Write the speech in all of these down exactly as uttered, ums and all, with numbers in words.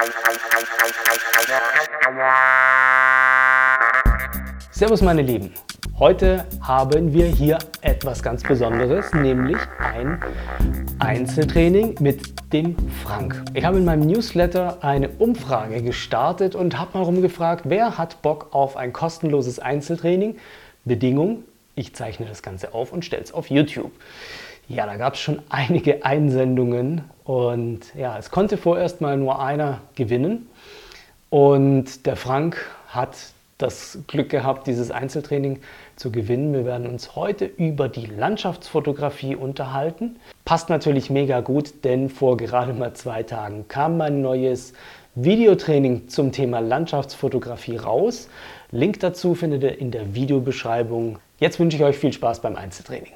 Servus meine Lieben, heute haben wir hier etwas ganz Besonderes, nämlich ein Einzeltraining mit dem Frank. Ich habe in meinem Newsletter eine Umfrage gestartet und habe mal rumgefragt, wer hat Bock auf ein kostenloses Einzeltraining? Bedingung, ich zeichne das Ganze auf und stelle es auf YouTube. Ja, da gab es schon einige Einsendungen und ja, es konnte vorerst mal nur einer gewinnen. Und der Frank hat das Glück gehabt, dieses Einzeltraining zu gewinnen. Wir werden uns heute über die Landschaftsfotografie unterhalten. Passt natürlich mega gut, denn vor gerade mal zwei Tagen kam mein neues Videotraining zum Thema Landschaftsfotografie raus. Link dazu findet ihr in der Videobeschreibung. Jetzt wünsche ich euch viel Spaß beim Einzeltraining.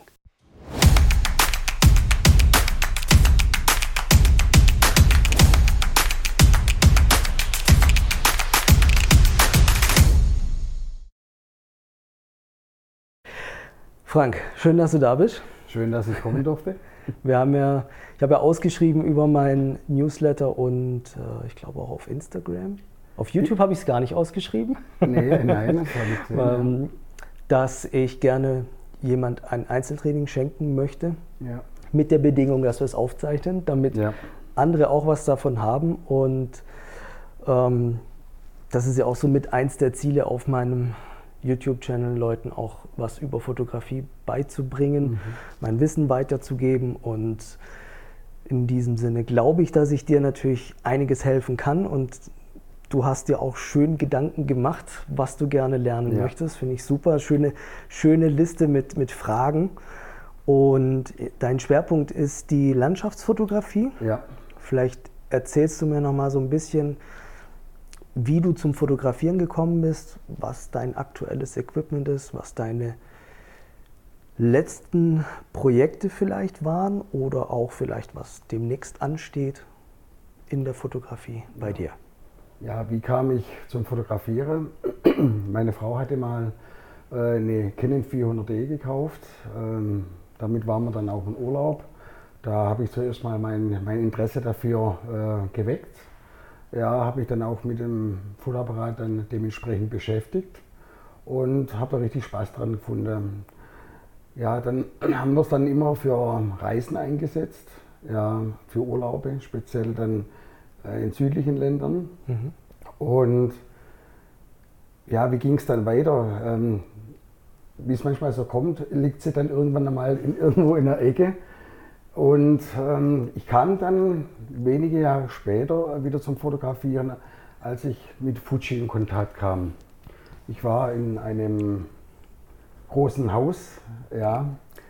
Frank, schön, dass du da bist. Schön, dass ich kommen durfte. Wir haben ja, ich habe ja ausgeschrieben über meinen Newsletter und äh, ich glaube auch auf Instagram. Auf YouTube habe ich es gar nicht ausgeschrieben. Nee, nein, das habe ich gesehen. ähm, dass ich gerne jemand ein Einzeltraining schenken möchte. Ja. Mit der Bedingung, dass wir es aufzeichnen, damit ja. andere auch was davon haben. Und ähm, das ist ja auch so mit eins der Ziele auf meinem YouTube-Channel, Leuten auch was über Fotografie beizubringen, mhm. mein Wissen weiterzugeben, und in diesem Sinne glaube ich, dass ich dir natürlich einiges helfen kann, und du hast dir auch schön Gedanken gemacht, was du gerne lernen ja. möchtest, finde ich super, schöne, schöne Liste mit, mit Fragen, und dein Schwerpunkt ist die Landschaftsfotografie. Ja. Vielleicht erzählst du mir noch mal so ein bisschen, wie du zum Fotografieren gekommen bist, was dein aktuelles Equipment ist, was deine letzten Projekte vielleicht waren oder auch vielleicht was demnächst ansteht in der Fotografie bei ja. dir. Ja, wie kam ich zum Fotografieren? Meine Frau hatte mal äh, eine Canon vierhundert D gekauft. Ähm, damit waren wir dann auch im Urlaub. Da habe ich zuerst mal mein, mein Interesse dafür äh, geweckt. Ja, habe ich dann auch mit dem Fotoapparat dann dementsprechend beschäftigt und habe da richtig Spaß dran gefunden. Ja, dann haben wir es dann immer für Reisen eingesetzt, ja, für Urlaube, speziell dann äh, in südlichen Ländern. Mhm. Und ja, wie ging es dann weiter? Ähm, wie es manchmal so kommt, liegt sie dann irgendwann einmal in, irgendwo in der Ecke. Und ähm, ich kam dann wenige Jahre später wieder zum Fotografieren, als ich mit Fuji in Kontakt kam. Ich war in einem großen Haus, ja,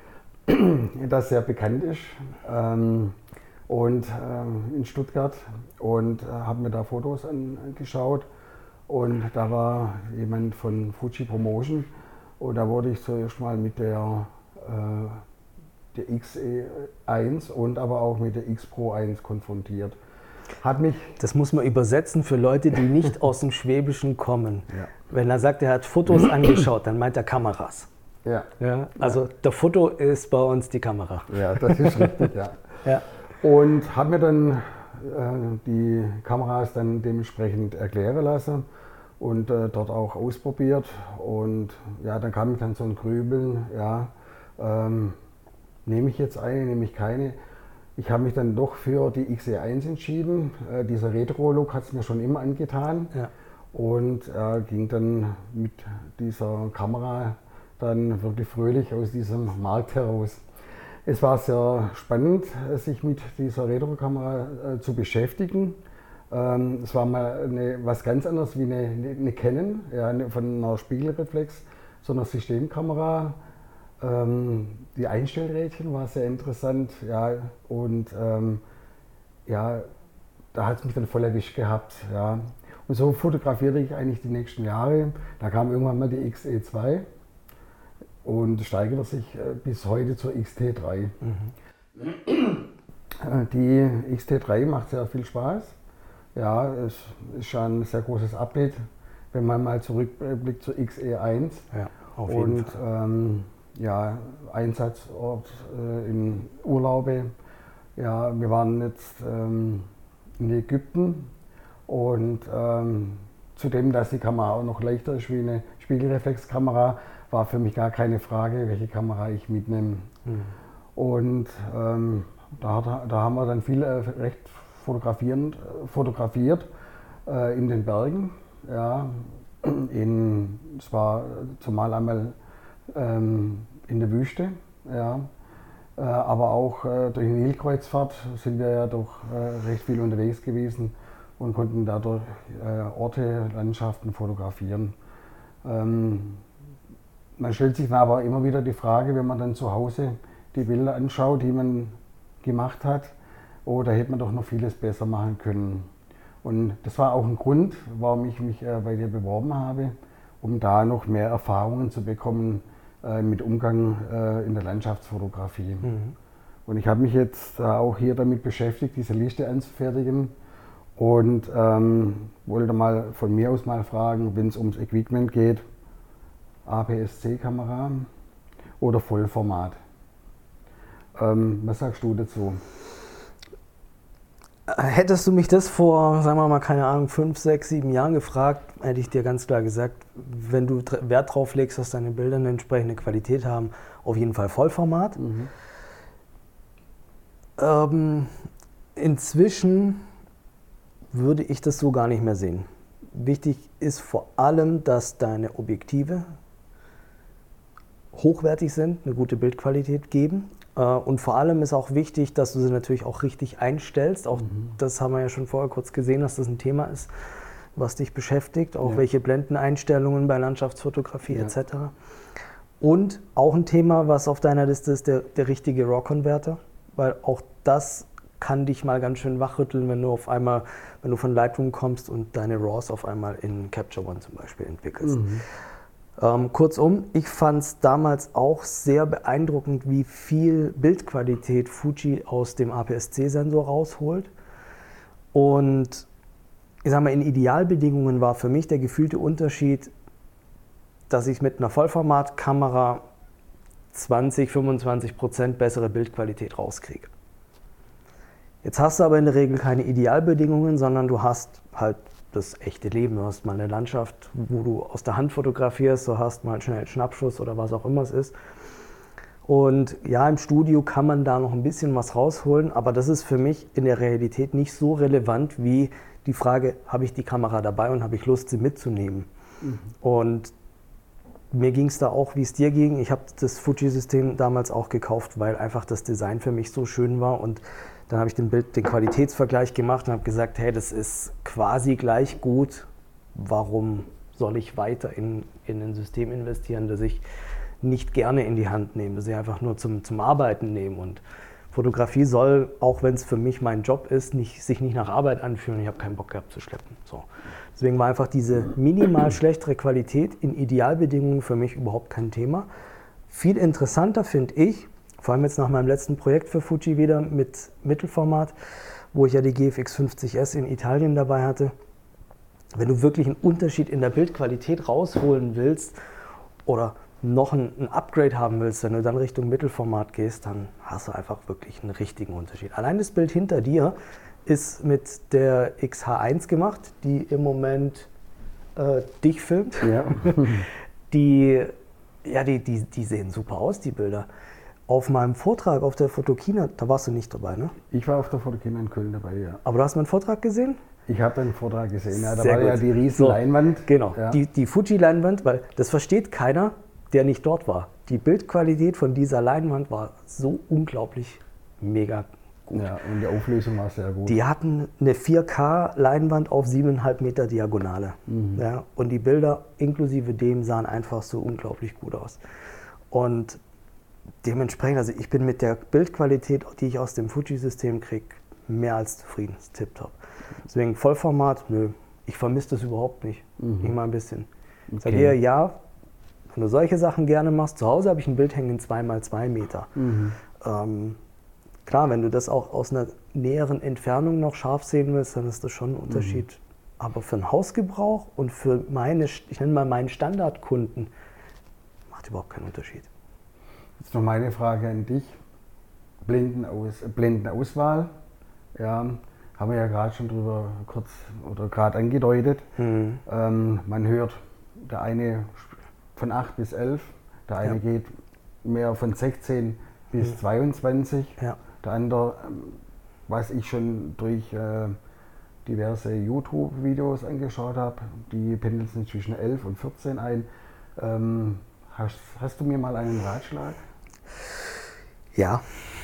das sehr bekannt ist, ähm, und, ähm, in Stuttgart, und äh, habe mir da Fotos angeschaut, und da war jemand von Fuji Promotion, und da wurde ich zuerst mal mit der äh, der X E eins und aber auch mit der X Pro eins konfrontiert. Hat mich das muss man übersetzen für Leute, die nicht aus dem Schwäbischen kommen. Ja. Wenn er sagt, er hat Fotos angeschaut, dann meint er Kameras. Ja. Ja, also ja. Der Foto ist bei uns die Kamera. Ja, das ist richtig, ja. Ja. Und habe mir dann äh, die Kameras dann dementsprechend erklären lassen und äh, dort auch ausprobiert. Und ja, dann kam ich dann so ein Grübeln, ja, ähm, nehme ich jetzt eine, nehme ich keine? Ich habe mich dann doch für die X E eins entschieden. Äh, dieser Retro-Look hat es mir schon immer angetan. Ja. Und äh, ging dann mit dieser Kamera dann wirklich fröhlich aus diesem Markt heraus. Es war sehr spannend, sich mit dieser Retro-Kamera äh, zu beschäftigen. Ähm, es war mal eine, was ganz anderes wie eine, eine, eine Canon, ja, eine, von einer Spiegelreflex, sondern Systemkamera. Ähm, die Einstellrädchen war sehr interessant, ja, und ähm, ja, da hat es mich dann voll erwischt gehabt. Ja. Und so fotografierte ich eigentlich die nächsten Jahre. Da kam irgendwann mal die X E zwei und steigerte sich äh, bis heute zur X T drei. Mhm. Die X T drei macht sehr viel Spaß. Ja, es ist schon ein sehr großes Update, wenn man mal zurückblickt zur X E eins. Ja, auf jeden und Fall. Ähm, ja, Einsatzort äh, in Urlaube. Ja, wir waren jetzt ähm, in Ägypten Und ähm, zudem, dass die Kamera auch noch leichter ist wie eine Spiegelreflexkamera, war für mich gar keine Frage, welche Kamera ich mitnehme. Mhm. Und ähm, da, da haben wir dann viel äh, recht fotografierend, fotografiert äh, in den Bergen. Ja, in, es war zumal einmal ähm, in der Wüste, ja, äh, aber auch äh, durch die Nilkreuzfahrt sind wir ja doch äh, recht viel unterwegs gewesen und konnten dadurch äh, Orte, Landschaften fotografieren. Ähm, man stellt sich dann aber immer wieder die Frage, wenn man dann zu Hause die Bilder anschaut, die man gemacht hat, oh, da hätte man doch noch vieles besser machen können. Und das war auch ein Grund, warum ich mich äh, bei dir beworben habe, um da noch mehr Erfahrungen zu bekommen äh, mit Umgang äh, in der Landschaftsfotografie. Mhm. Und ich habe mich jetzt äh, auch hier damit beschäftigt, diese Liste anzufertigen und ähm, wollte mal von mir aus mal fragen, wenn es ums Equipment geht, A P S C-Kamera oder Vollformat. Ähm, was sagst du dazu? Hättest du mich das vor, sagen wir mal, keine Ahnung, fünf, sechs, sieben Jahren gefragt, hätte ich dir ganz klar gesagt, wenn du Wert drauf legst, dass deine Bilder eine entsprechende Qualität haben, auf jeden Fall Vollformat. Mhm. Ähm, inzwischen würde ich das so gar nicht mehr sehen. Wichtig ist vor allem, dass deine Objektive hochwertig sind, eine gute Bildqualität geben. Und vor allem ist auch wichtig, dass du sie natürlich auch richtig einstellst. Auch mhm. das haben wir ja schon vorher kurz gesehen, dass das ein Thema ist, was dich beschäftigt. Auch ja. welche Blendeneinstellungen bei Landschaftsfotografie ja. et cetera. Und auch ein Thema, was auf deiner Liste ist, der, der richtige RAW-Converter. Weil auch das kann dich mal ganz schön wachrütteln, wenn du auf einmal, wenn du von Lightroom kommst und deine RAWs auf einmal in Capture One zum Beispiel entwickelst. Mhm. Ähm, kurzum, ich fand es damals auch sehr beeindruckend, wie viel Bildqualität Fuji aus dem A P S C-Sensor rausholt. Und ich sag mal, in Idealbedingungen war für mich der gefühlte Unterschied, dass ich mit einer Vollformatkamera zwanzig, fünfundzwanzig Prozent bessere Bildqualität rauskriege. Jetzt hast du aber in der Regel keine Idealbedingungen, sondern du hast halt das echte Leben. Du hast mal eine Landschaft, wo du aus der Hand fotografierst, du hast mal schnell einen Schnappschuss oder was auch immer es ist. Und ja, im Studio kann man da noch ein bisschen was rausholen, aber das ist für mich in der Realität nicht so relevant wie die Frage, habe ich die Kamera dabei und habe ich Lust, sie mitzunehmen? Mhm. Und mir ging es da auch, wie es dir ging. Ich habe das Fuji-System damals auch gekauft, weil einfach das Design für mich so schön war. Und dann habe ich den Bild, den Qualitätsvergleich gemacht und habe gesagt, hey, das ist quasi gleich gut. Warum soll ich weiter in, in ein System investieren, das ich nicht gerne in die Hand nehme, das ich einfach nur zum, zum Arbeiten nehme? Und Fotografie soll, auch wenn es für mich mein Job ist, nicht, sich nicht nach Arbeit anfühlen. Ich habe keinen Bock gehabt zu schleppen. So. Deswegen war einfach diese minimal schlechtere Qualität in Idealbedingungen für mich überhaupt kein Thema. Viel interessanter finde ich, vor allem jetzt nach meinem letzten Projekt für Fuji wieder mit Mittelformat, wo ich ja die G F X fünfzig S in Italien dabei hatte. Wenn du wirklich einen Unterschied in der Bildqualität rausholen willst oder noch ein, ein Upgrade haben willst, wenn du dann Richtung Mittelformat gehst, dann hast du einfach wirklich einen richtigen Unterschied. Allein das Bild hinter dir ist mit der X H eins gemacht, die im Moment äh, dich filmt. Ja. die, ja, die, die, die sehen super aus, die Bilder. Auf meinem Vortrag auf der Fotokina, da warst du nicht dabei, ne? Ich war auf der Fotokina in Köln dabei, ja. Aber du hast meinen Vortrag gesehen? Ich habe den Vortrag gesehen, ja. Da Sehr war gut. ja die riesen so, Leinwand. Genau, ja. die, die Fuji-Leinwand, weil das versteht keiner, der nicht dort war. Die Bildqualität von dieser Leinwand war so unglaublich mega gut. Ja, und die Auflösung war sehr gut. Die hatten eine vier K-Leinwand auf siebeneinhalb Meter Diagonale. Mhm. Ja, und die Bilder inklusive dem sahen einfach so unglaublich gut aus. Und dementsprechend, also ich bin mit der Bildqualität, die ich aus dem Fuji-System kriege, mehr als zufrieden. Das ist tipptopp. Deswegen Vollformat, nö, ich vermisse das überhaupt nicht. Mhm. Nicht mal ein bisschen. Ich okay. sage eher, ja, wenn du solche Sachen gerne machst, zu Hause habe ich ein Bild hängen in zwei mal zwei Meter. Mhm. Ähm, klar, wenn du das auch aus einer näheren Entfernung noch scharf sehen willst, dann ist das schon ein Unterschied. Mhm. Aber für den Hausgebrauch und für meine, ich nenne mal meinen Standardkunden, macht überhaupt keinen Unterschied. Jetzt noch meine Frage an dich. Blendenaus, Blendenauswahl. Ja, haben wir ja gerade schon drüber kurz oder gerade angedeutet. Mhm. Ähm, man hört, der eine von acht bis elf, der eine ja. geht mehr von sechzehn bis mhm. zweiundzwanzig, ja. der andere, was ich schon durch äh, diverse YouTube-Videos angeschaut habe, die pendeln sich zwischen elf und vierzehn ein. Ähm, hast, hast du mir mal einen Ratschlag? Ja.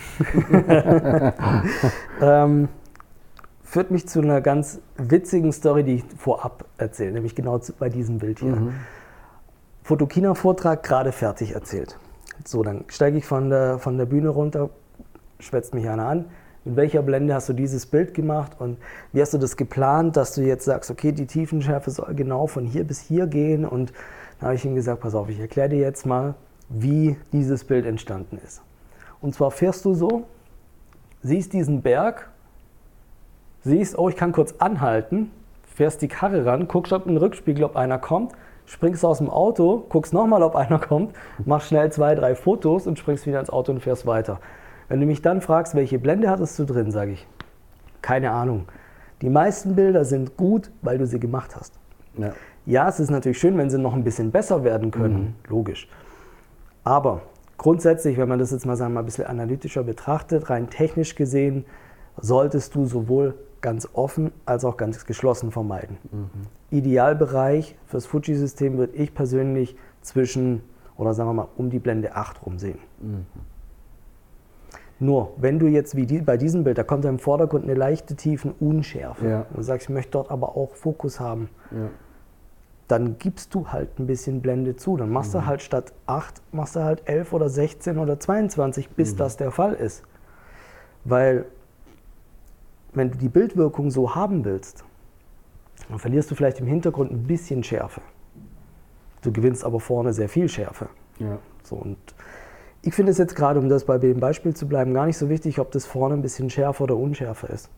ähm, führt mich zu einer ganz witzigen Story, die ich vorab erzähle, nämlich genau zu, bei diesem Bild hier. Mhm. Photokina-Vortrag gerade fertig erzählt. So, dann steige ich von der, von der Bühne runter, schwätzt mich einer an. Mit welcher Blende hast du dieses Bild gemacht und wie hast du das geplant, dass du jetzt sagst, okay, die Tiefenschärfe soll genau von hier bis hier gehen, und dann habe ich ihm gesagt, pass auf, ich erkläre dir jetzt mal, wie dieses Bild entstanden ist. Und zwar fährst du so, siehst diesen Berg, siehst, oh, ich kann kurz anhalten, fährst die Karre ran, guckst auf den Rückspiegel, ob einer kommt, springst aus dem Auto, guckst nochmal, ob einer kommt, machst schnell zwei, drei Fotos und springst wieder ins Auto und fährst weiter. Wenn du mich dann fragst, welche Blende hattest du drin, sage ich, keine Ahnung. Die meisten Bilder sind gut, weil du sie gemacht hast. Ja, ja, es ist natürlich schön, wenn sie noch ein bisschen besser werden können, mhm. logisch. Aber grundsätzlich, wenn man das jetzt mal, sagen wir mal ein bisschen analytischer betrachtet, rein technisch gesehen, solltest du sowohl ganz offen als auch ganz geschlossen vermeiden. Mhm. Idealbereich fürs Fuji-System würde ich persönlich zwischen, oder sagen wir mal, um die Blende acht rum sehen. Mhm. Nur, wenn du jetzt wie die, bei diesem Bild, da kommt im Vordergrund eine leichte Tiefenunschärfe, ja. und du sagst, ich möchte dort aber auch Fokus haben, ja. dann gibst du halt ein bisschen Blende zu. Dann machst mhm. du halt statt acht, machst du halt elf oder sechzehn oder zweiundzwanzig, bis mhm. das der Fall ist. Weil, wenn du die Bildwirkung so haben willst, dann verlierst du vielleicht im Hintergrund ein bisschen Schärfe. Du gewinnst aber vorne sehr viel Schärfe. Ja. So, und ich finde es jetzt gerade, um das bei dem Beispiel zu bleiben, gar nicht so wichtig, ob das vorne ein bisschen schärfer oder unschärfer ist.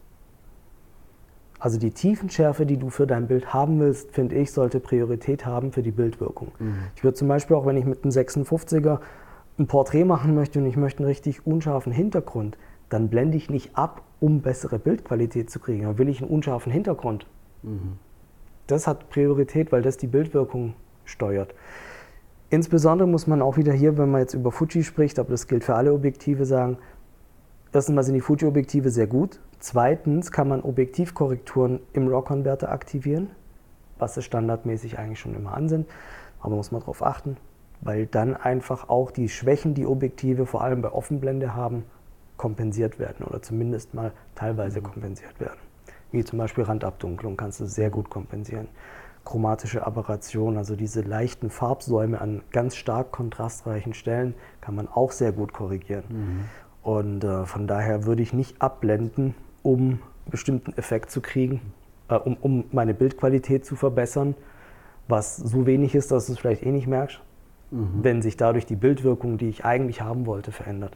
Also die Tiefenschärfe, die du für dein Bild haben willst, finde ich, sollte Priorität haben für die Bildwirkung. Mhm. Ich würde zum Beispiel auch, wenn ich mit einem sechsundfünfziger ein Porträt machen möchte und ich möchte einen richtig unscharfen Hintergrund, dann blende ich nicht ab, um bessere Bildqualität zu kriegen. Dann will ich einen unscharfen Hintergrund. Mhm. Das hat Priorität, weil das die Bildwirkung steuert. Insbesondere muss man auch wieder hier, wenn man jetzt über Fuji spricht, aber das gilt für alle Objektive, sagen, erstens mal sind die Fuji-Objektive sehr gut. Zweitens kann man Objektivkorrekturen im RAW-Converter aktivieren, was sie standardmäßig eigentlich schon immer an sind. Aber muss man darauf achten, weil dann einfach auch die Schwächen, die Objektive vor allem bei Offenblende haben, kompensiert werden oder zumindest mal teilweise kompensiert werden. Wie zum Beispiel Randabdunklung kannst du sehr gut kompensieren. Chromatische Aberration, also diese leichten Farbsäume an ganz stark kontrastreichen Stellen, kann man auch sehr gut korrigieren. Mhm. Und äh, von daher würde ich nicht abblenden, um einen bestimmten Effekt zu kriegen, äh, um, um meine Bildqualität zu verbessern, was so wenig ist, dass du es vielleicht eh nicht merkst, mhm. wenn sich dadurch die Bildwirkung, die ich eigentlich haben wollte, verändert.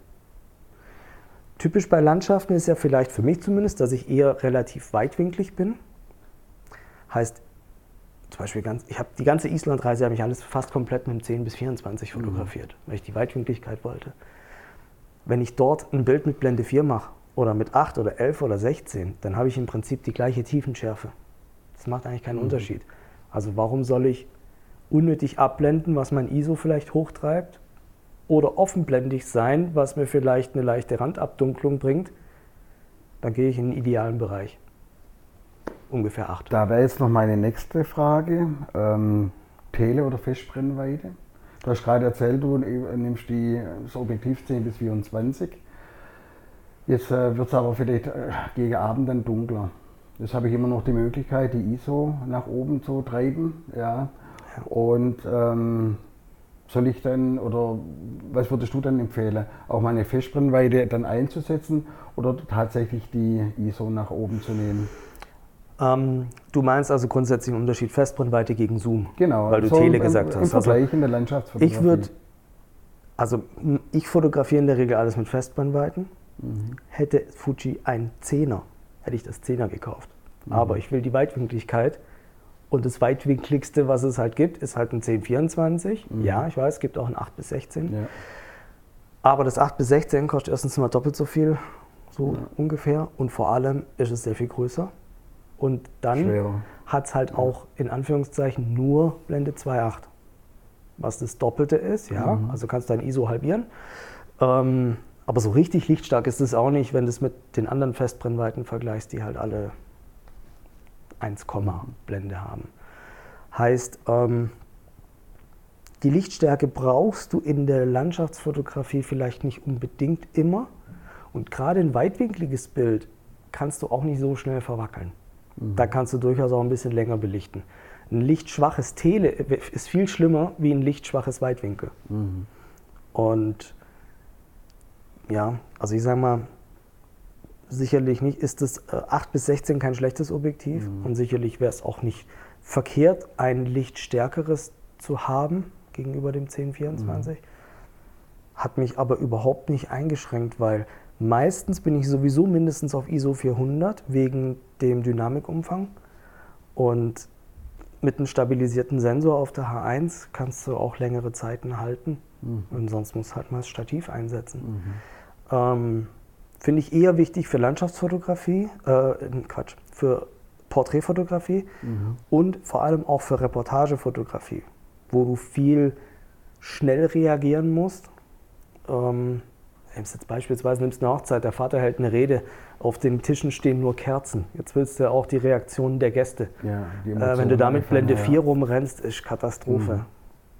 Typisch bei Landschaften ist ja vielleicht für mich zumindest, dass ich eher relativ weitwinklig bin. Heißt, zum Beispiel, ganz, ich habe die ganze Islandreise habe ich alles fast komplett mit dem zehn bis vierundzwanzig fotografiert, mhm. weil ich die Weitwinkligkeit wollte. Wenn ich dort ein Bild mit Blende vier mache oder mit acht oder elf oder sechzehn, dann habe ich im Prinzip die gleiche Tiefenschärfe. Das macht eigentlich keinen mhm. Unterschied. Also warum soll ich unnötig abblenden, was mein I S O vielleicht hochtreibt, oder offenblendig sein, was mir vielleicht eine leichte Randabdunklung bringt? Dann gehe ich in den idealen Bereich. Ungefähr acht. Da wäre jetzt noch meine nächste Frage. Ähm, Tele- oder Festbrennweite? Du hast gerade erzählt, du nimmst die, das Objektiv zehn bis vierundzwanzig. Jetzt äh, wird es aber vielleicht äh, gegen Abend dann dunkler. Jetzt habe ich immer noch die Möglichkeit, die I S O nach oben zu treiben. Ja. Ja. Und ähm, soll ich dann, oder was würdest du dann empfehlen, auch meine Festbrennweite dann einzusetzen oder tatsächlich die I S O nach oben zu nehmen? Ähm, du meinst also grundsätzlich einen Unterschied Festbrennweite gegen Zoom, genau, weil du so Tele im, gesagt im hast. Vergleich also in der Landschaftsfotografie. Ich würde, also ich fotografiere in der Regel alles mit Festbrennweiten. Mhm. Hätte Fuji ein Zehner, hätte ich das Zehner gekauft. Mhm. Aber ich will die Weitwinkligkeit und das weitwinkligste, was es halt gibt, ist halt ein zehn vierundzwanzig. Mhm. Ja, ich weiß, es gibt auch ein acht bis sechzehn. Ja. Aber das acht bis sechzehn kostet erstens mal doppelt so viel. so ja. ungefähr. Und vor allem ist es sehr viel größer. Und dann hat es halt ja. auch in Anführungszeichen nur Blende zwei Komma acht. Was das Doppelte ist, ja. Mhm. Also kannst du dein I S O halbieren. Ähm, aber so richtig lichtstark ist es auch nicht, wenn du es mit den anderen Festbrennweiten vergleichst, die halt alle eins, Blende haben. Heißt, ähm, die Lichtstärke brauchst du in der Landschaftsfotografie vielleicht nicht unbedingt immer. Und gerade ein weitwinkliges Bild kannst du auch nicht so schnell verwackeln. Mhm. Da kannst du durchaus auch ein bisschen länger belichten. Ein lichtschwaches Tele ist viel schlimmer wie ein lichtschwaches Weitwinkel. Mhm. Und ja, also ich sage mal, sicherlich nicht ist das äh, acht bis sechzehn kein schlechtes Objektiv mhm. und sicherlich wäre es auch nicht verkehrt, ein lichtstärkeres zu haben gegenüber dem zehn vierundzwanzig. Mhm. Hat mich aber überhaupt nicht eingeschränkt, weil meistens bin ich sowieso mindestens auf I S O vierhundert wegen dem Dynamikumfang und mit einem stabilisierten Sensor auf der H eins kannst du auch längere Zeiten halten mhm. und sonst musst du halt mal das Stativ einsetzen. Mhm. Ähm, Finde ich eher wichtig für Landschaftsfotografie, äh, Quatsch, für Porträtfotografie mhm. und vor allem auch für Reportagefotografie, wo du viel schnell reagieren musst. Ähm, jetzt beispielsweise nimmst du eine Hochzeit, der Vater hält eine Rede, auf den Tischen stehen nur Kerzen. Jetzt willst du ja auch die Reaktionen der Gäste. Ja, äh, wenn du damit Blende vier ja. rumrennst, ist Katastrophe. Mhm.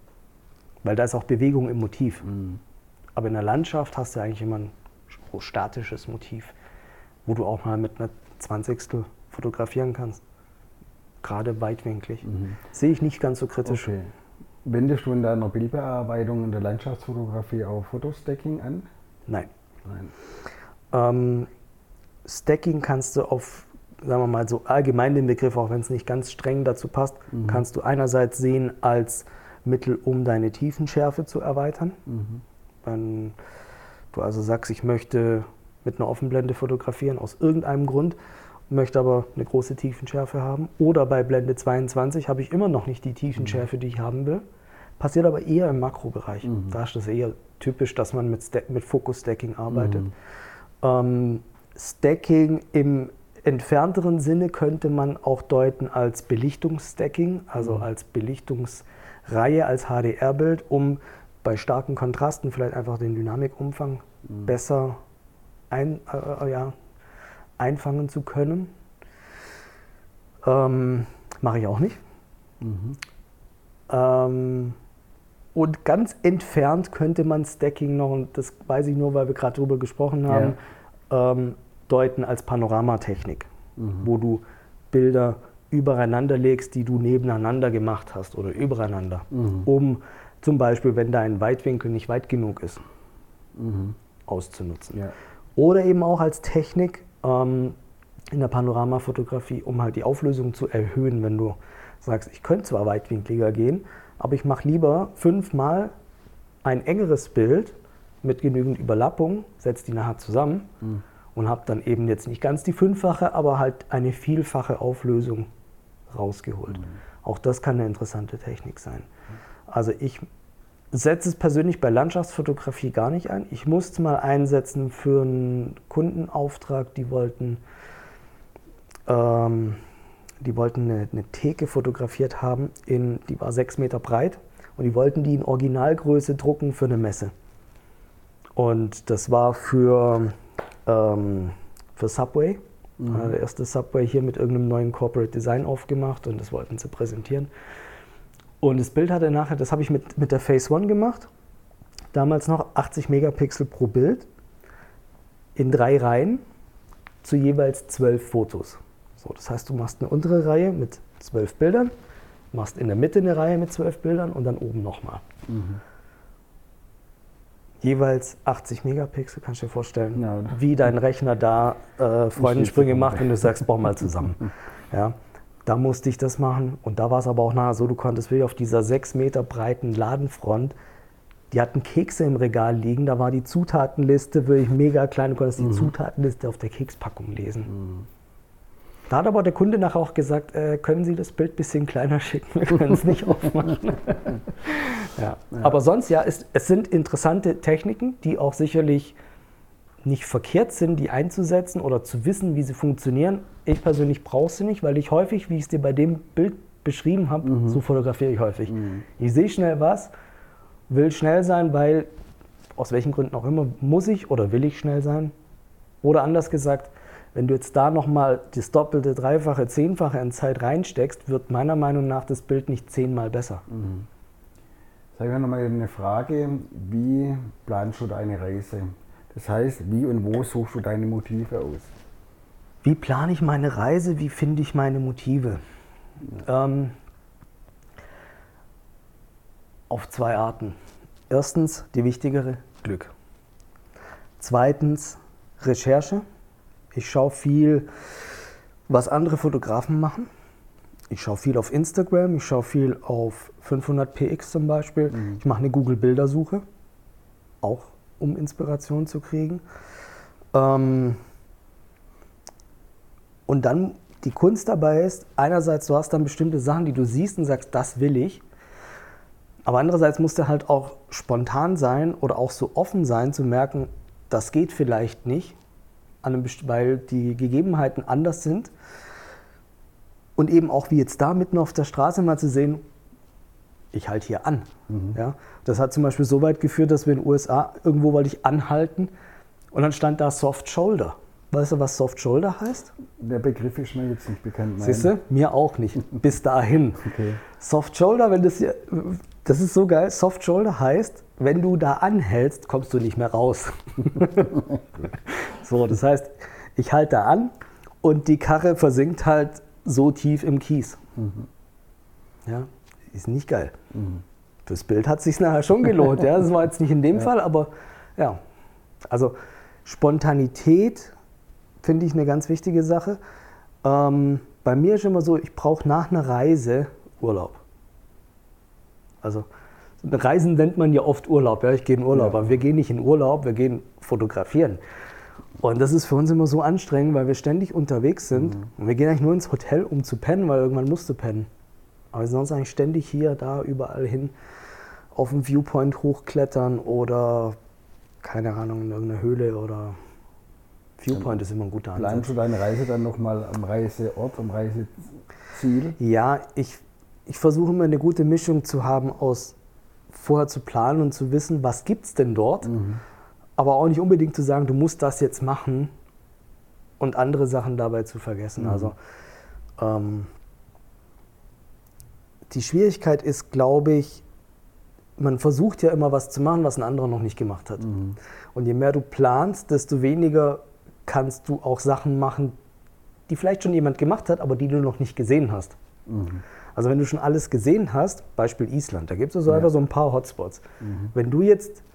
Weil da ist auch Bewegung im Motiv. Mhm. Aber in der Landschaft hast du eigentlich immer ein statisches Motiv, wo du auch mal mit einer Zwanzigstel fotografieren kannst. Gerade weitwinklig. Mhm. Sehe ich nicht ganz so kritisch. Okay. Wendest du in deiner Bildbearbeitung in der Landschaftsfotografie auch Fotostacking an? Nein. Nein. Ähm, Stacking kannst du auf, sagen wir mal so allgemein den Begriff, auch wenn es nicht ganz streng dazu passt, mhm. kannst du einerseits sehen als Mittel, um deine Tiefenschärfe zu erweitern. Mhm. Wenn du also sagst, ich möchte mit einer Offenblende fotografieren aus irgendeinem Grund, möchte aber eine große Tiefenschärfe haben. Oder bei Blende zweiundzwanzig habe ich immer noch nicht die Tiefenschärfe, die ich haben will. Passiert aber eher im Makrobereich. Mhm. Da ist das eher typisch, dass man mit, mit Focus-Stacking arbeitet. Mhm. Ähm, Stacking im entfernteren Sinne könnte man auch deuten als Belichtungsstacking, also mhm. als Belichtungsreihe, als H D R-Bild, um bei starken Kontrasten vielleicht einfach den Dynamikumfang mhm. besser ein, äh, ja, einfangen zu können. Ähm, mache ich auch nicht. Mhm. Ähm, und ganz entfernt könnte man Stacking noch, und das weiß ich nur, weil wir gerade darüber gesprochen haben, ja. ähm, deuten als Panoramatechnik, mhm. wo du Bilder übereinander legst, die du nebeneinander gemacht hast oder übereinander, mhm. um zum Beispiel, wenn dein Weitwinkel nicht weit genug ist, mhm. auszunutzen. Ja. Oder eben auch als Technik ähm, in der Panoramafotografie, um halt die Auflösung zu erhöhen, wenn du sagst, ich könnte zwar weitwinkliger gehen, aber ich mache lieber fünfmal ein engeres Bild mit genügend Überlappung, setze die nachher zusammen mhm. und habe dann eben jetzt nicht ganz die fünffache, aber halt eine vielfache Auflösung rausgeholt. Mhm. Auch das kann eine interessante Technik sein. Also ich setze es persönlich bei Landschaftsfotografie gar nicht ein. Ich musste mal einsetzen für einen Kundenauftrag, die wollten, ähm, die wollten eine, eine Theke fotografiert haben, in, die war sechs Meter breit und die wollten die in Originalgröße drucken für eine Messe. Und das war für, ähm, für Subway. Mhm. Der erste Subway hier mit irgendeinem neuen Corporate Design aufgemacht und das wollten sie präsentieren. Und das Bild hatte nachher, das habe ich mit, mit der Phase One gemacht, damals noch achtzig Megapixel pro Bild, in drei Reihen zu jeweils zwölf Fotos. So, das heißt, du machst eine untere Reihe mit zwölf Bildern, machst in der Mitte eine Reihe mit zwölf Bildern und dann oben nochmal. Mhm. Jeweils achtzig Megapixel, kannst du dir vorstellen, ja, wie dein Rechner da äh, Freudensprünge macht, wenn du sagst, bau mal zusammen. Ja. Da musste ich das machen und da war es aber auch nachher so, du konntest wirklich auf dieser sechs Meter breiten Ladenfront, die hatten Kekse im Regal liegen, da war die Zutatenliste wirklich mega klein, du konntest mhm. die Zutatenliste auf der Kekspackung lesen. Mhm. Da hat aber der Kunde nachher auch gesagt, äh, können Sie das Bild ein bisschen kleiner schicken, wir können es nicht aufmachen. ja. Ja. Aber sonst ja, es, es sind interessante Techniken, die auch sicherlich nicht verkehrt sind, die einzusetzen oder zu wissen, wie sie funktionieren. Ich persönlich brauche sie nicht, weil ich häufig, wie ich es dir bei dem Bild beschrieben habe, mhm. so fotografiere ich häufig. Mhm. Ich sehe schnell was, will schnell sein, weil aus welchen Gründen auch immer muss ich oder will ich schnell sein. Oder anders gesagt, wenn du jetzt da nochmal das Doppelte, Dreifache, Zehnfache in Zeit reinsteckst, wird meiner Meinung nach das Bild nicht zehnmal besser. Mhm. Sag mir nochmal eine Frage, wie planst du deine Reise? Das heißt, wie und wo suchst du deine Motive aus? Wie plane ich meine Reise? Wie finde ich meine Motive? Ja. Ähm, auf zwei Arten. Erstens, die wichtigere, Glück. Zweitens, Recherche. Ich schaue viel, was andere Fotografen machen. Ich schaue viel auf Instagram, ich schaue viel auf fünfhundert P X zum Beispiel. Mhm. Ich mache eine Google-Bildersuche, auch um Inspiration zu kriegen. Ähm und dann die Kunst dabei ist, einerseits du hast dann bestimmte Sachen, die du siehst und sagst, das will ich. Aber andererseits musst du halt auch spontan sein oder auch so offen sein, zu merken, das geht vielleicht nicht, an einem, weil die Gegebenheiten anders sind. Und eben auch wie jetzt da mitten auf der Straße mal zu sehen, ich halte hier an. Mhm. Ja? Das hat zum Beispiel so weit geführt, dass wir in den U S A, irgendwo wollte ich anhalten und dann stand da Soft Shoulder. Weißt du, was Soft Shoulder heißt? Der Begriff ist mir jetzt nicht bekannt. Siehst du? Mir auch nicht. Bis dahin. Okay. Soft Shoulder, wenn das hier, das ist so geil. Soft Shoulder heißt, wenn du da anhältst, kommst du nicht mehr raus. So, das heißt, ich halte da an und die Karre versinkt halt so tief im Kies. Mhm. Ja, ist nicht geil. Mhm. Fürs Bild hat es sich nachher schon gelohnt. Ja, das war jetzt nicht in dem ja. Fall, aber ja. Also Spontanität finde ich eine ganz wichtige Sache. Ähm, bei mir ist immer so, ich brauche nach einer Reise Urlaub. Also Reisen nennt man ja oft Urlaub. Ja, ich gehe in Urlaub, ja. aber wir gehen nicht in Urlaub, wir gehen fotografieren. Und das ist für uns immer so anstrengend, weil wir ständig unterwegs sind. Mhm. Und wir gehen eigentlich nur ins Hotel, um zu pennen, weil irgendwann musst du pennen. Aber wir sind sonst eigentlich ständig hier, da, überall hin, auf dem Viewpoint hochklettern oder, keine Ahnung, in irgendeiner Höhle oder Viewpoint ist immer ein guter Ansatz. Planst du deine Reise dann nochmal am Reiseort, am Reiseziel? Ja, ich, ich versuche immer eine gute Mischung zu haben aus vorher zu planen und zu wissen, was gibt es denn dort, mhm. aber auch nicht unbedingt zu sagen, du musst das jetzt machen und andere Sachen dabei zu vergessen. Mhm. Also ähm, die Schwierigkeit ist, glaube ich, man versucht ja immer was zu machen, was ein anderer noch nicht gemacht hat. Mhm. Und je mehr du planst, desto weniger kannst du auch Sachen machen, die vielleicht schon jemand gemacht hat, aber die du noch nicht gesehen hast. Mhm. Also wenn du schon alles gesehen hast, Beispiel Island, da gibt es so ja. einfach so ein paar Hotspots. Mhm. Wenn du jetzt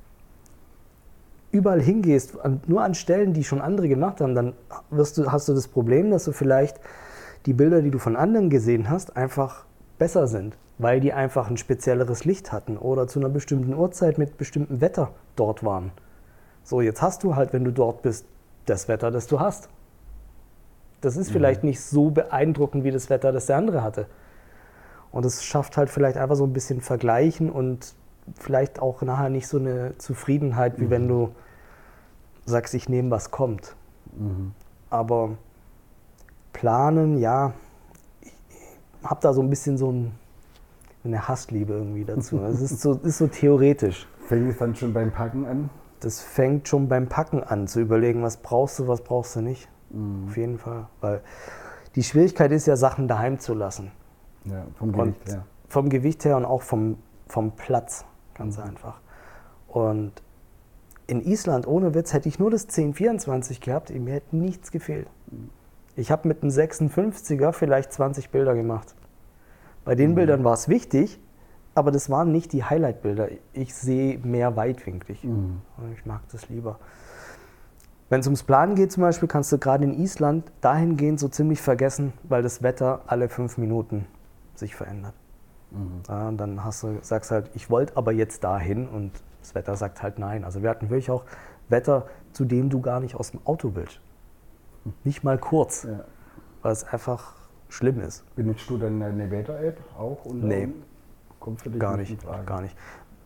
überall hingehst, an, nur an Stellen, die schon andere gemacht haben, dann wirst du, hast du das Problem, dass du vielleicht die Bilder, die du von anderen gesehen hast, einfach besser sind, weil die einfach ein spezielleres Licht hatten oder zu einer bestimmten Uhrzeit mit bestimmtem Wetter dort waren. So, jetzt hast du halt, wenn du dort bist, das Wetter, das du hast. Das ist mhm. vielleicht nicht so beeindruckend wie das Wetter, das der andere hatte. Und es schafft halt vielleicht einfach so ein bisschen Vergleichen und vielleicht auch nachher nicht so eine Zufriedenheit, wie mhm. wenn du sagst, ich nehme, was kommt. Mhm. Aber planen, ja, ich habe da so ein bisschen so ein, eine Hassliebe irgendwie dazu. Es ist so, ist so theoretisch. Fängt es dann schon beim Packen an? Das fängt schon beim Packen an, zu überlegen, was brauchst du, was brauchst du nicht. Mhm. Auf jeden Fall. Weil die Schwierigkeit ist ja, Sachen daheim zu lassen. Ja, vom Gewicht her. Vom Gewicht her und auch vom, vom Platz, ganz mhm. einfach. Und in Island, ohne Witz, hätte ich nur das zehn vierundzwanzig gehabt, mir hätte nichts gefehlt. Mhm. Ich habe mit einem sechsundfünfziger vielleicht zwanzig Bilder gemacht. Bei den mhm. Bildern war es wichtig, aber das waren nicht die Highlight-Bilder. Ich sehe mehr weitwinklig. Mhm. Ich mag das lieber. Wenn es ums Planen geht zum Beispiel, kannst du gerade in Island dahingehend so ziemlich vergessen, weil das Wetter alle fünf Minuten sich verändert. Mhm. Ja, und dann hast du, sagst halt, ich wollte aber jetzt dahin und das Wetter sagt halt nein. Also wir hatten wirklich auch Wetter, zu dem du gar nicht aus dem Auto willst. Mhm. Nicht mal kurz, ja. weil es einfach schlimm ist. Benutzt du dann eine Wetter-App auch? Und nee, kommt für dich gar nicht, gar nicht.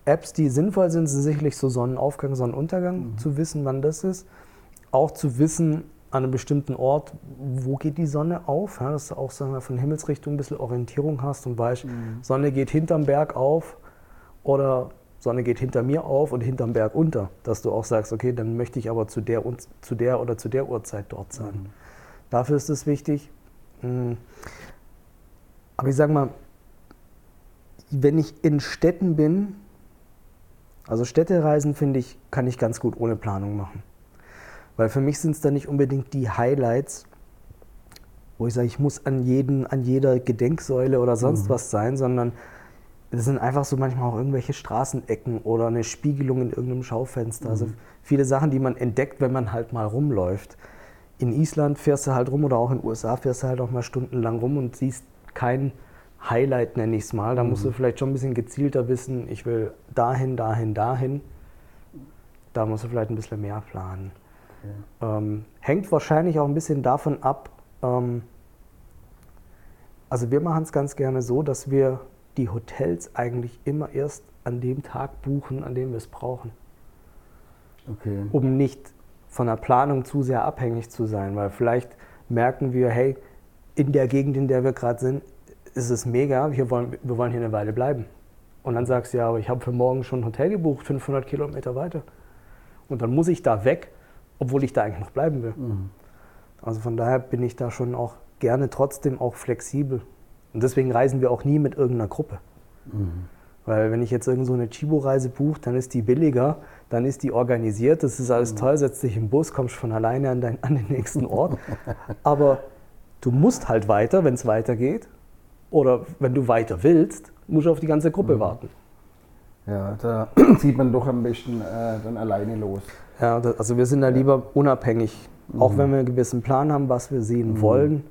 Apps, die sinnvoll sind, sind sicherlich so Sonnenaufgang, Sonnenuntergang, mhm. zu wissen, wann das ist. Auch zu wissen, an einem bestimmten Ort, wo geht die Sonne auf, ja, dass du auch, sagen wir, von Himmelsrichtung ein bisschen Orientierung hast und weißt, mhm. Sonne geht hinterm Berg auf oder Sonne geht hinter mir auf und hinterm Berg unter. Dass du auch sagst, okay, dann möchte ich aber zu der, zu der oder zu der Uhrzeit dort sein. Mhm. Dafür ist es wichtig. Aber ich sage mal, wenn ich in Städten bin, also Städtereisen, finde ich, kann ich ganz gut ohne Planung machen. Weil für mich sind es dann nicht unbedingt die Highlights, wo ich sage, ich muss an, jeden, an jeder Gedenksäule oder sonst mhm. was sein, sondern das sind einfach so manchmal auch irgendwelche Straßenecken oder eine Spiegelung in irgendeinem Schaufenster. Mhm. Also viele Sachen, die man entdeckt, wenn man halt mal rumläuft. In Island fährst du halt rum oder auch in den U S A fährst du halt auch mal stundenlang rum und siehst kein Highlight, nenne ich es mal. Da mhm. musst du vielleicht schon ein bisschen gezielter wissen, ich will dahin, dahin, dahin. Da musst du vielleicht ein bisschen mehr planen. Okay. Ähm, hängt wahrscheinlich auch ein bisschen davon ab, ähm, also wir machen es ganz gerne so, dass wir die Hotels eigentlich immer erst an dem Tag buchen, an dem wir es brauchen. Okay. Um nicht von der Planung zu sehr abhängig zu sein, weil vielleicht merken wir, hey, in der Gegend, in der wir gerade sind, ist es mega, wir wollen, wir wollen hier eine Weile bleiben. Und dann sagst du, ja, aber ich habe für morgen schon ein Hotel gebucht, fünfhundert Kilometer weiter. Und dann muss ich da weg, obwohl ich da eigentlich noch bleiben will. Mhm. Also von daher bin ich da schon auch gerne trotzdem auch flexibel. Und deswegen reisen wir auch nie mit irgendeiner Gruppe. Mhm. Weil wenn ich jetzt irgend so eine Chibo-Reise buche, dann ist die billiger, dann ist die organisiert, das ist alles mhm. toll, setzt dich im Bus, kommst von alleine an, dein, an den nächsten Ort. Aber du musst halt weiter, wenn es weitergeht. Oder wenn du weiter willst, musst du auf die ganze Gruppe mhm. warten. Ja, da zieht man doch am besten äh, dann alleine los. Ja, das, also wir sind da lieber unabhängig, mhm. auch wenn wir einen gewissen Plan haben, was wir sehen mhm. wollen.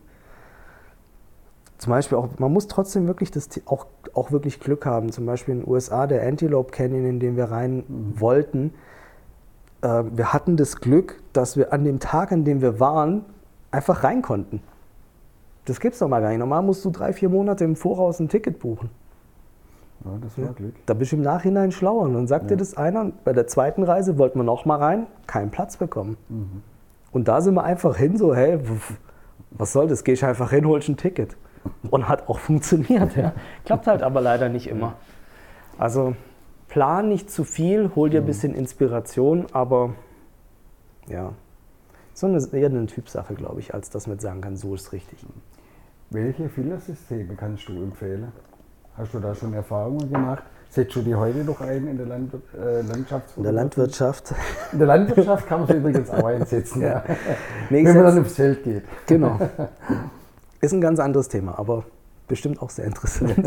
Zum Beispiel auch, man muss trotzdem wirklich das, auch, auch wirklich Glück haben. Zum Beispiel in den U S A, der Antelope Canyon, in den wir rein mhm. wollten. Äh, wir hatten das Glück, dass wir an dem Tag, an dem wir waren, einfach rein konnten. Das gibt's doch mal gar nicht. Normal musst du drei, vier Monate im Voraus ein Ticket buchen. Ja, das war ja. Glück. Da bist du im Nachhinein schlauer. Und dann sagt ja. dir das einer, bei der zweiten Reise wollten wir noch mal rein, keinen Platz bekommen. Mhm. Und da sind wir einfach hin, so, hey, was soll das? Geh ich einfach hin, holst ein Ticket. Und hat auch funktioniert. Ja. Klappt halt aber leider nicht immer. Also plan nicht zu viel, hol dir ein bisschen Inspiration, aber ja, so eine, eher eine Typsache, glaube ich, als dass man sagen kann, so ist richtig. Welche Filtersysteme kannst du empfehlen? Hast du da schon Erfahrungen gemacht? Setzt du die heute noch ein in der Land, äh, Landschaftsfotografie? In der Landwirtschaft. In der Landwirtschaft kann man sie übrigens auch einsetzen, ja. Nee, wenn man dann aufs Feld geht. Genau. Ist ein ganz anderes Thema, aber bestimmt auch sehr interessant.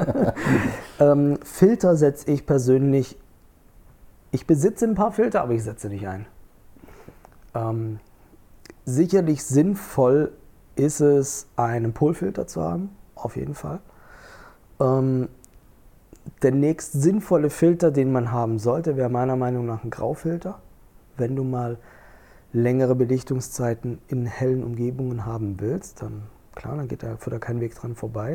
ähm, Filter setze ich persönlich, ich besitze ein paar Filter, aber ich setze nicht ein. Ähm, sicherlich sinnvoll ist es, einen Polfilter zu haben, auf jeden Fall. Ähm, der nächst sinnvolle Filter, den man haben sollte, wäre meiner Meinung nach ein Graufilter. Wenn du mal längere Belichtungszeiten in hellen Umgebungen haben willst, dann klar, dann geht da, führt da kein Weg dran vorbei.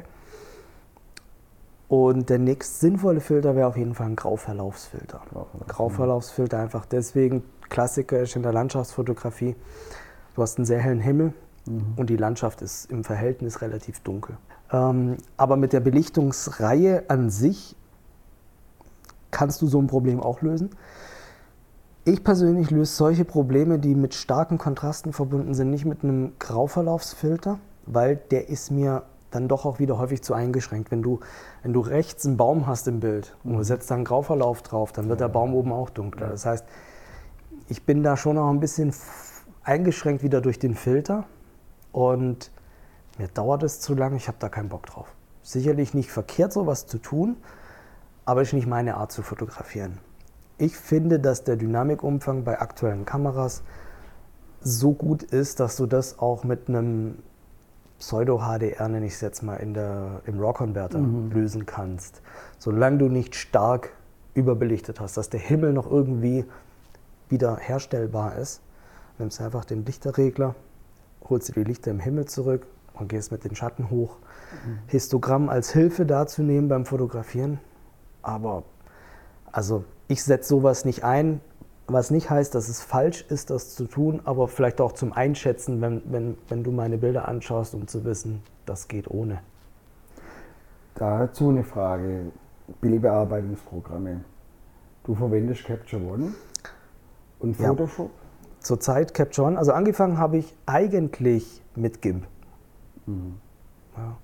Und der nächst sinnvolle Filter wäre auf jeden Fall ein Grauverlaufsfilter. Grauverlaufsfilter, Grauverlaufsfilter einfach deswegen, Klassiker ist in der Landschaftsfotografie, du hast einen sehr hellen Himmel mhm. und die Landschaft ist im Verhältnis relativ dunkel. Ähm, aber mit der Belichtungsreihe an sich kannst du so ein Problem auch lösen. Ich persönlich löse solche Probleme, die mit starken Kontrasten verbunden sind, nicht mit einem Grauverlaufsfilter, weil der ist mir dann doch auch wieder häufig zu eingeschränkt. Wenn du, wenn du rechts einen Baum hast im Bild und du setzt da einen Grauverlauf drauf, dann wird der Baum oben auch dunkler. Das heißt, ich bin da schon noch ein bisschen eingeschränkt wieder durch den Filter und mir dauert es zu lange, ich habe da keinen Bock drauf. Sicherlich nicht verkehrt, sowas zu tun, aber es ist nicht meine Art zu fotografieren. Ich finde, dass der Dynamikumfang bei aktuellen Kameras so gut ist, dass du das auch mit einem Pseudo-H D R, nenne ich es jetzt mal, in der, im RAW-Converter mhm. lösen kannst. Solange du nicht stark überbelichtet hast, dass der Himmel noch irgendwie wieder herstellbar ist, nimmst du einfach den Lichterregler, holst dir die Lichter im Himmel zurück und gehst mit den Schatten hoch. Mhm. Histogramm als Hilfe dazu nehmen beim Fotografieren, aber Also ich setze sowas nicht ein, was nicht heißt, dass es falsch ist, das zu tun, aber vielleicht auch zum Einschätzen, wenn, wenn, wenn du meine Bilder anschaust, um zu wissen, das geht ohne. Dazu eine Frage, Bildbearbeitungsprogramme. Du verwendest Capture One und Photoshop? Ja. Zurzeit Capture One, also angefangen habe ich eigentlich mit GIMP. Mhm. Ja.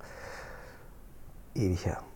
Ewig her.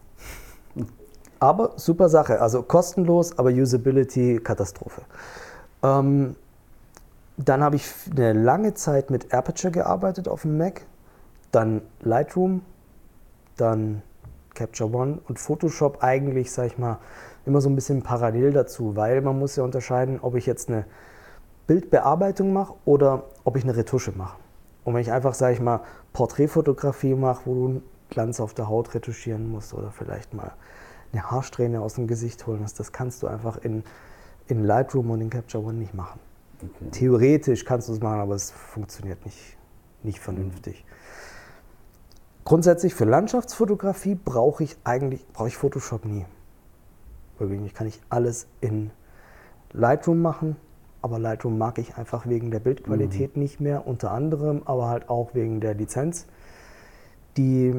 Aber super Sache, also kostenlos, aber Usability Katastrophe. Ähm, dann habe ich eine lange Zeit mit Aperture gearbeitet auf dem Mac, dann Lightroom, dann Capture One und Photoshop eigentlich, sag ich mal, immer so ein bisschen parallel dazu, weil man muss ja unterscheiden, ob ich jetzt eine Bildbearbeitung mache oder ob ich eine Retusche mache. Und wenn ich einfach, sag ich mal, Porträtfotografie mache, wo du einen Glanz auf der Haut retuschieren musst oder vielleicht mal eine Haarsträhne aus dem Gesicht holen musst, das kannst du einfach in, in Lightroom und in Capture One nicht machen. Okay. Theoretisch kannst du es machen, aber es funktioniert nicht, nicht vernünftig. Mhm. Grundsätzlich für Landschaftsfotografie brauche ich eigentlich brauche ich Photoshop nie. Wirklich kann ich alles in Lightroom machen, aber Lightroom mag ich einfach wegen der Bildqualität mhm. nicht mehr, unter anderem, aber halt auch wegen der Lizenz, die,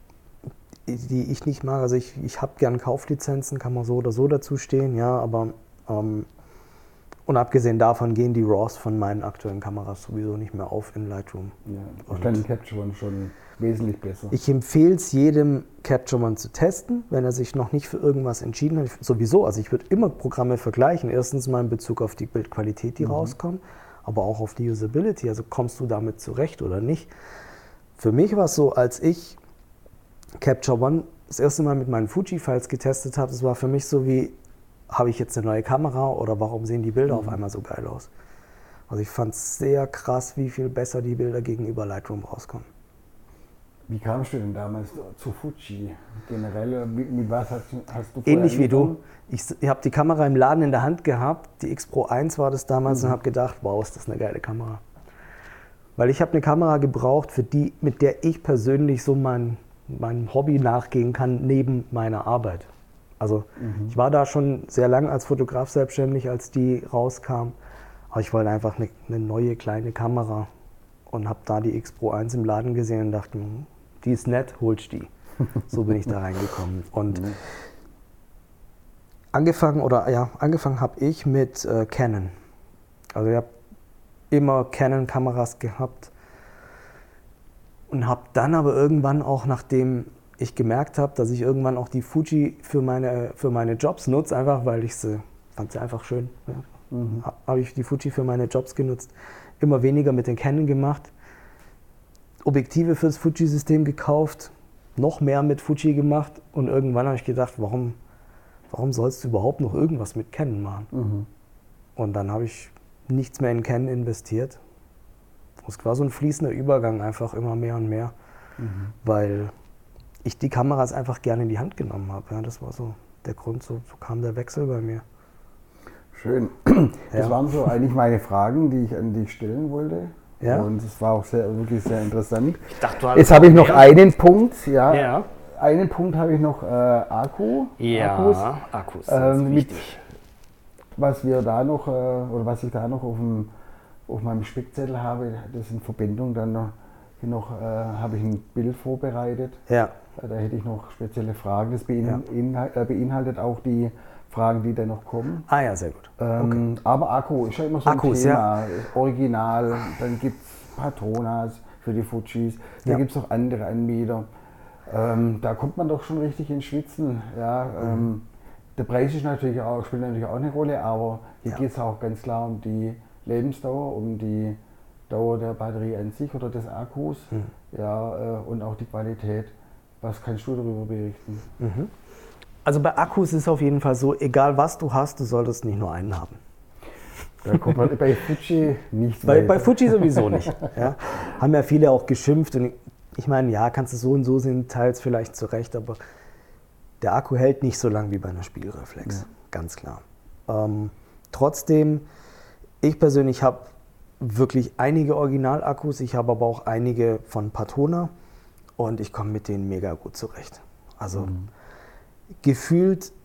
die ich nicht mag. Also ich, ich habe gern Kauflizenzen, kann man so oder so dazu stehen, ja, aber ähm, und abgesehen davon gehen die RAWs von meinen aktuellen Kameras sowieso nicht mehr auf in Lightroom. Ja, ich kann Capture One schon wesentlich besser. Ich empfehle es jedem, Capture One zu testen, wenn er sich noch nicht für irgendwas entschieden hat. Sowieso, also ich würde immer Programme vergleichen. Erstens mal in Bezug auf die Bildqualität, die mhm. rauskommt, aber auch auf die Usability. Also kommst du damit zurecht oder nicht? Für mich war es so, als ich Capture One das erste Mal mit meinen Fuji-Files getestet habe, das war für mich so wie, habe ich jetzt eine neue Kamera oder warum sehen die Bilder mhm. auf einmal so geil aus? Also ich fand es sehr krass, wie viel besser die Bilder gegenüber Lightroom rauskommen. Wie kamst du denn damals zu Fuji? Generell, mit was hast, hast du Ähnlich wie du. Ich, ich habe die Kamera im Laden in der Hand gehabt, die X Pro eins war das damals mhm. und habe gedacht, wow, ist das eine geile Kamera. Weil ich habe eine Kamera gebraucht, für die, mit der ich persönlich so mein, mein Hobby nachgehen kann, neben meiner Arbeit. Also mhm. ich war da schon sehr lange als Fotograf selbstständig, als die rauskam. Aber ich wollte einfach eine, eine neue kleine Kamera und habe da die X Pro eins im Laden gesehen und dachte, die ist nett, holst die. So bin ich da reingekommen. Und mhm. angefangen oder ja, angefangen habe ich mit äh, Canon. Also ich habe immer Canon-Kameras gehabt und habe dann aber irgendwann auch, nachdem ich gemerkt habe, dass ich irgendwann auch die Fuji für meine, für meine Jobs nutze, einfach weil ich sie, fand sie einfach schön. Ja. Mhm. Habe ich die Fuji für meine Jobs genutzt, immer weniger mit den Canon gemacht, Objektive fürs Fuji-System gekauft, noch mehr mit Fuji gemacht und irgendwann habe ich gedacht, warum, warum sollst du überhaupt noch irgendwas mit Canon machen? Mhm. Und dann habe ich nichts mehr in Canon investiert. Es war so ein fließender Übergang, einfach immer mehr und mehr, mhm. weil ich die Kameras einfach gerne in die Hand genommen habe. Ja, das war so der Grund, so, so kam der Wechsel bei mir. Schön. Das ja. waren so eigentlich meine Fragen, die ich an dich stellen wollte. Ja. Und es war auch sehr, wirklich sehr interessant. Ich dachte, jetzt habe ich noch mehr. einen Punkt. Ja, ja. Einen Punkt habe ich noch, äh, Akku. Ja, Akkus. Akkus ähm, mit, was wir da noch, äh, oder was ich da noch auf, dem, auf meinem Spickzettel habe, das in Verbindung dann noch, noch äh, habe ich ein Bild vorbereitet. Ja. Da hätte ich noch spezielle Fragen. Das beinhaltet, ja. beinhaltet auch die Fragen, die dann noch kommen. Ah ja, sehr gut. Ähm, okay. Aber Akku ist ja immer so ein Akkus, Thema. Ja. Original, dann gibt es Patronas für die Fujis, da ja. gibt es auch andere Anbieter. Ähm, da kommt man doch schon richtig ins Schwitzen. Ja, mhm. ähm, der Preis ist natürlich auch, spielt natürlich auch eine Rolle, aber hier ja. geht es auch ganz klar um die Lebensdauer, um die Dauer der Batterie an sich oder des Akkus, mhm. ja, äh, und auch die Qualität. Was kannst du darüber berichten? Mhm. Also bei Akkus ist es auf jeden Fall so, egal was du hast, du solltest nicht nur einen haben. Da kommt man bei Fuji nicht bei, bei Fuji sowieso nicht. Ja. Haben ja viele auch geschimpft und ich meine, ja, kannst du so und so sehen, teils vielleicht zurecht, aber der Akku hält nicht so lang wie bei einer Spiegelreflex, ja. ganz klar. Ähm, trotzdem, ich persönlich habe wirklich einige Original-Akkus, ich habe aber auch einige von Patona und ich komme mit denen mega gut zurecht. Also mhm. gefühlt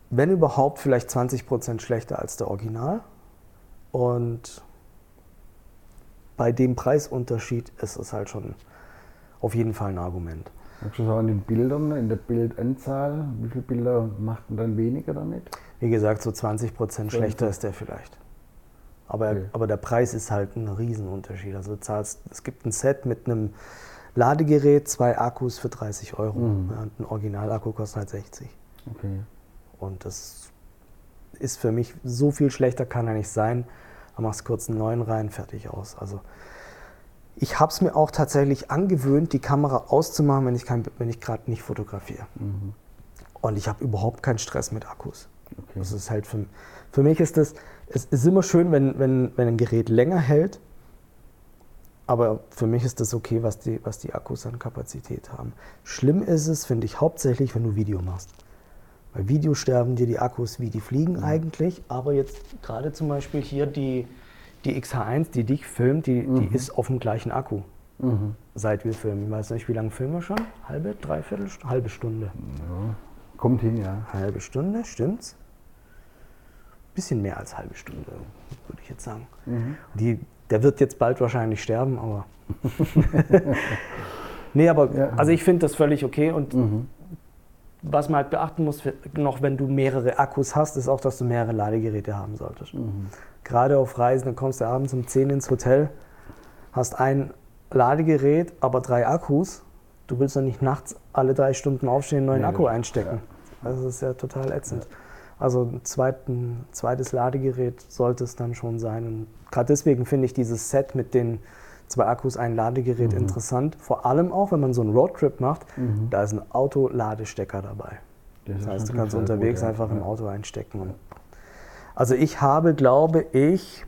wenn überhaupt, vielleicht zwanzig Prozent schlechter als der Original. Und bei dem Preisunterschied ist es halt schon auf jeden Fall ein Argument. Magst du sagen, in den Bildern, in der Bildanzahl, wie viele Bilder macht man dann weniger damit? Wie gesagt, so zwanzig Prozent schlechter ist der vielleicht. Aber, okay. aber der Preis ist halt ein Riesenunterschied. Also du zahlst, es gibt ein Set mit einem Ladegerät, zwei Akkus für dreißig Euro. Mhm. Ja, und ein Originalakku kostet halt sechzig. Okay. Und das ist für mich so viel schlechter, kann er nicht sein. Da machst du kurz einen neuen rein, fertig aus. Also ich habe es mir auch tatsächlich angewöhnt, die Kamera auszumachen, wenn ich, kein, wenn ich gerade nicht fotografiere. Mhm. Und ich habe überhaupt keinen Stress mit Akkus. Okay. Das ist halt für, für mich ist das, es ist immer schön, wenn, wenn, wenn ein Gerät länger hält, aber für mich ist das okay, was die, was die Akkus an Kapazität haben. Schlimm ist es, finde ich, hauptsächlich, wenn du Video machst. Bei Video sterben dir die Akkus wie die fliegen mhm. eigentlich, aber jetzt gerade zum Beispiel hier die, die X H eins, die dich filmt, die, mhm. die ist auf dem gleichen Akku, mhm. seit wir filmen. Ich weiß nicht, wie lange filmen wir schon? Halbe, dreiviertel, halbe Stunde? Ja, kommt hin, ja. Halbe Stunde, stimmt's? Bisschen mehr als halbe Stunde, würde ich jetzt sagen. Mhm. Die, der wird jetzt bald wahrscheinlich sterben, aber... nee, aber ja. Also ich finde das völlig okay und mhm. was man halt beachten muss, noch wenn du mehrere Akkus hast, ist auch, dass du mehrere Ladegeräte haben solltest. Mhm. Gerade auf Reisen, dann kommst du abends um zehn ins Hotel, hast ein Ladegerät, aber drei Akkus. Du willst doch nicht nachts alle drei Stunden aufstehen und einen neuen nee, Akku einstecken. Ja. Also das ist ja total ätzend. Ja. Also ein zweiten, zweites Ladegerät sollte es dann schon sein. Und gerade deswegen finde ich dieses Set mit den zwei Akkus, ein Ladegerät mhm. interessant. Vor allem auch, wenn man so einen Roadtrip macht, mhm. da ist ein Autoladestecker dabei. Das, das heißt, du kannst unterwegs gut, ja. einfach ja. im Auto einstecken. Und also ich habe, glaube ich,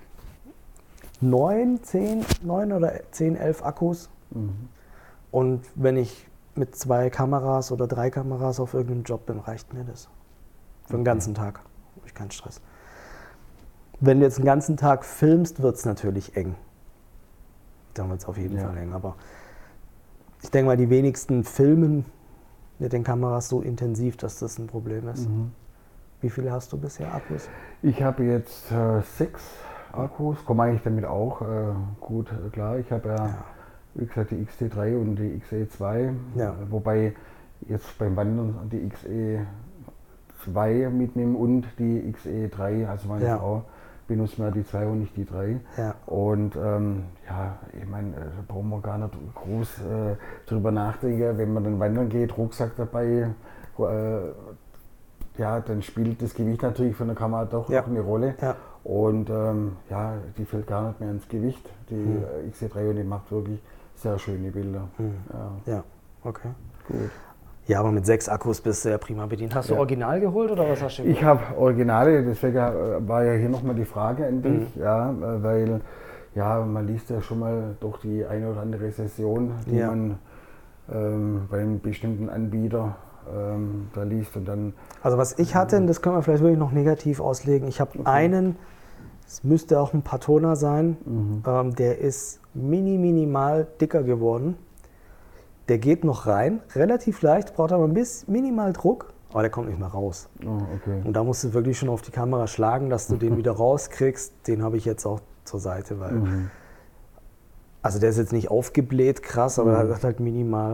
neun, zehn, neun oder zehn, elf Akkus. Mhm. Und wenn ich mit zwei Kameras oder drei Kameras auf irgendeinem Job bin, reicht mir das. Für den ganzen Tag. Habe ich keinen Stress. Wenn du jetzt den ganzen Tag filmst, wird es natürlich eng. Dann wird es auf jeden ja. Fall eng. Aber ich denke mal, die wenigsten filmen mit den Kameras so intensiv, dass das ein Problem ist. Mhm. Wie viele hast du bisher Akkus? Ich habe jetzt äh, sechs Akkus, komme eigentlich damit auch äh, gut äh, klar. Ich habe ja, ja, wie gesagt, die X T drei und die X E zwei, ja. äh, wobei jetzt beim Wandern die X E zwei mitnehmen und die X E drei, also meine ja. Frau benutzt mehr die zwei und nicht die drei. Ja. Und ähm, ja, ich meine, da brauchen wir gar nicht groß äh, drüber nachdenken, wenn man dann wandern geht, Rucksack dabei, äh, ja, dann spielt das Gewicht natürlich von der Kamera doch ja. auch eine Rolle. Ja. Und ähm, ja, die fällt gar nicht mehr ins Gewicht, die hm. X E drei, und die macht wirklich sehr schöne Bilder. Hm. Ja. ja, okay. Gut. Ja, aber mit sechs Akkus bist du ja prima bedient. Hast du ja. Original geholt oder was hast du geholt? Ich habe Originale, deswegen war ja hier nochmal die Frage an dich, mhm. ja, weil ja, man liest ja schon mal durch die eine oder andere Session, die ja. man ähm, bei einem bestimmten Anbieter ähm, da liest und dann... Also was ich hatte, und das können wir vielleicht wirklich noch negativ auslegen, ich habe okay. einen, es müsste auch ein Patona sein, mhm. ähm, der ist mini minimal dicker geworden. Der geht noch rein, relativ leicht, braucht aber ein bisschen minimal Druck, aber der kommt nicht mehr raus. Oh, okay. Und da musst du wirklich schon auf die Kamera schlagen, dass du den wieder rauskriegst. Den habe ich jetzt auch zur Seite, weil mhm. also der ist jetzt nicht aufgebläht krass, aber mhm. er hat halt minimal,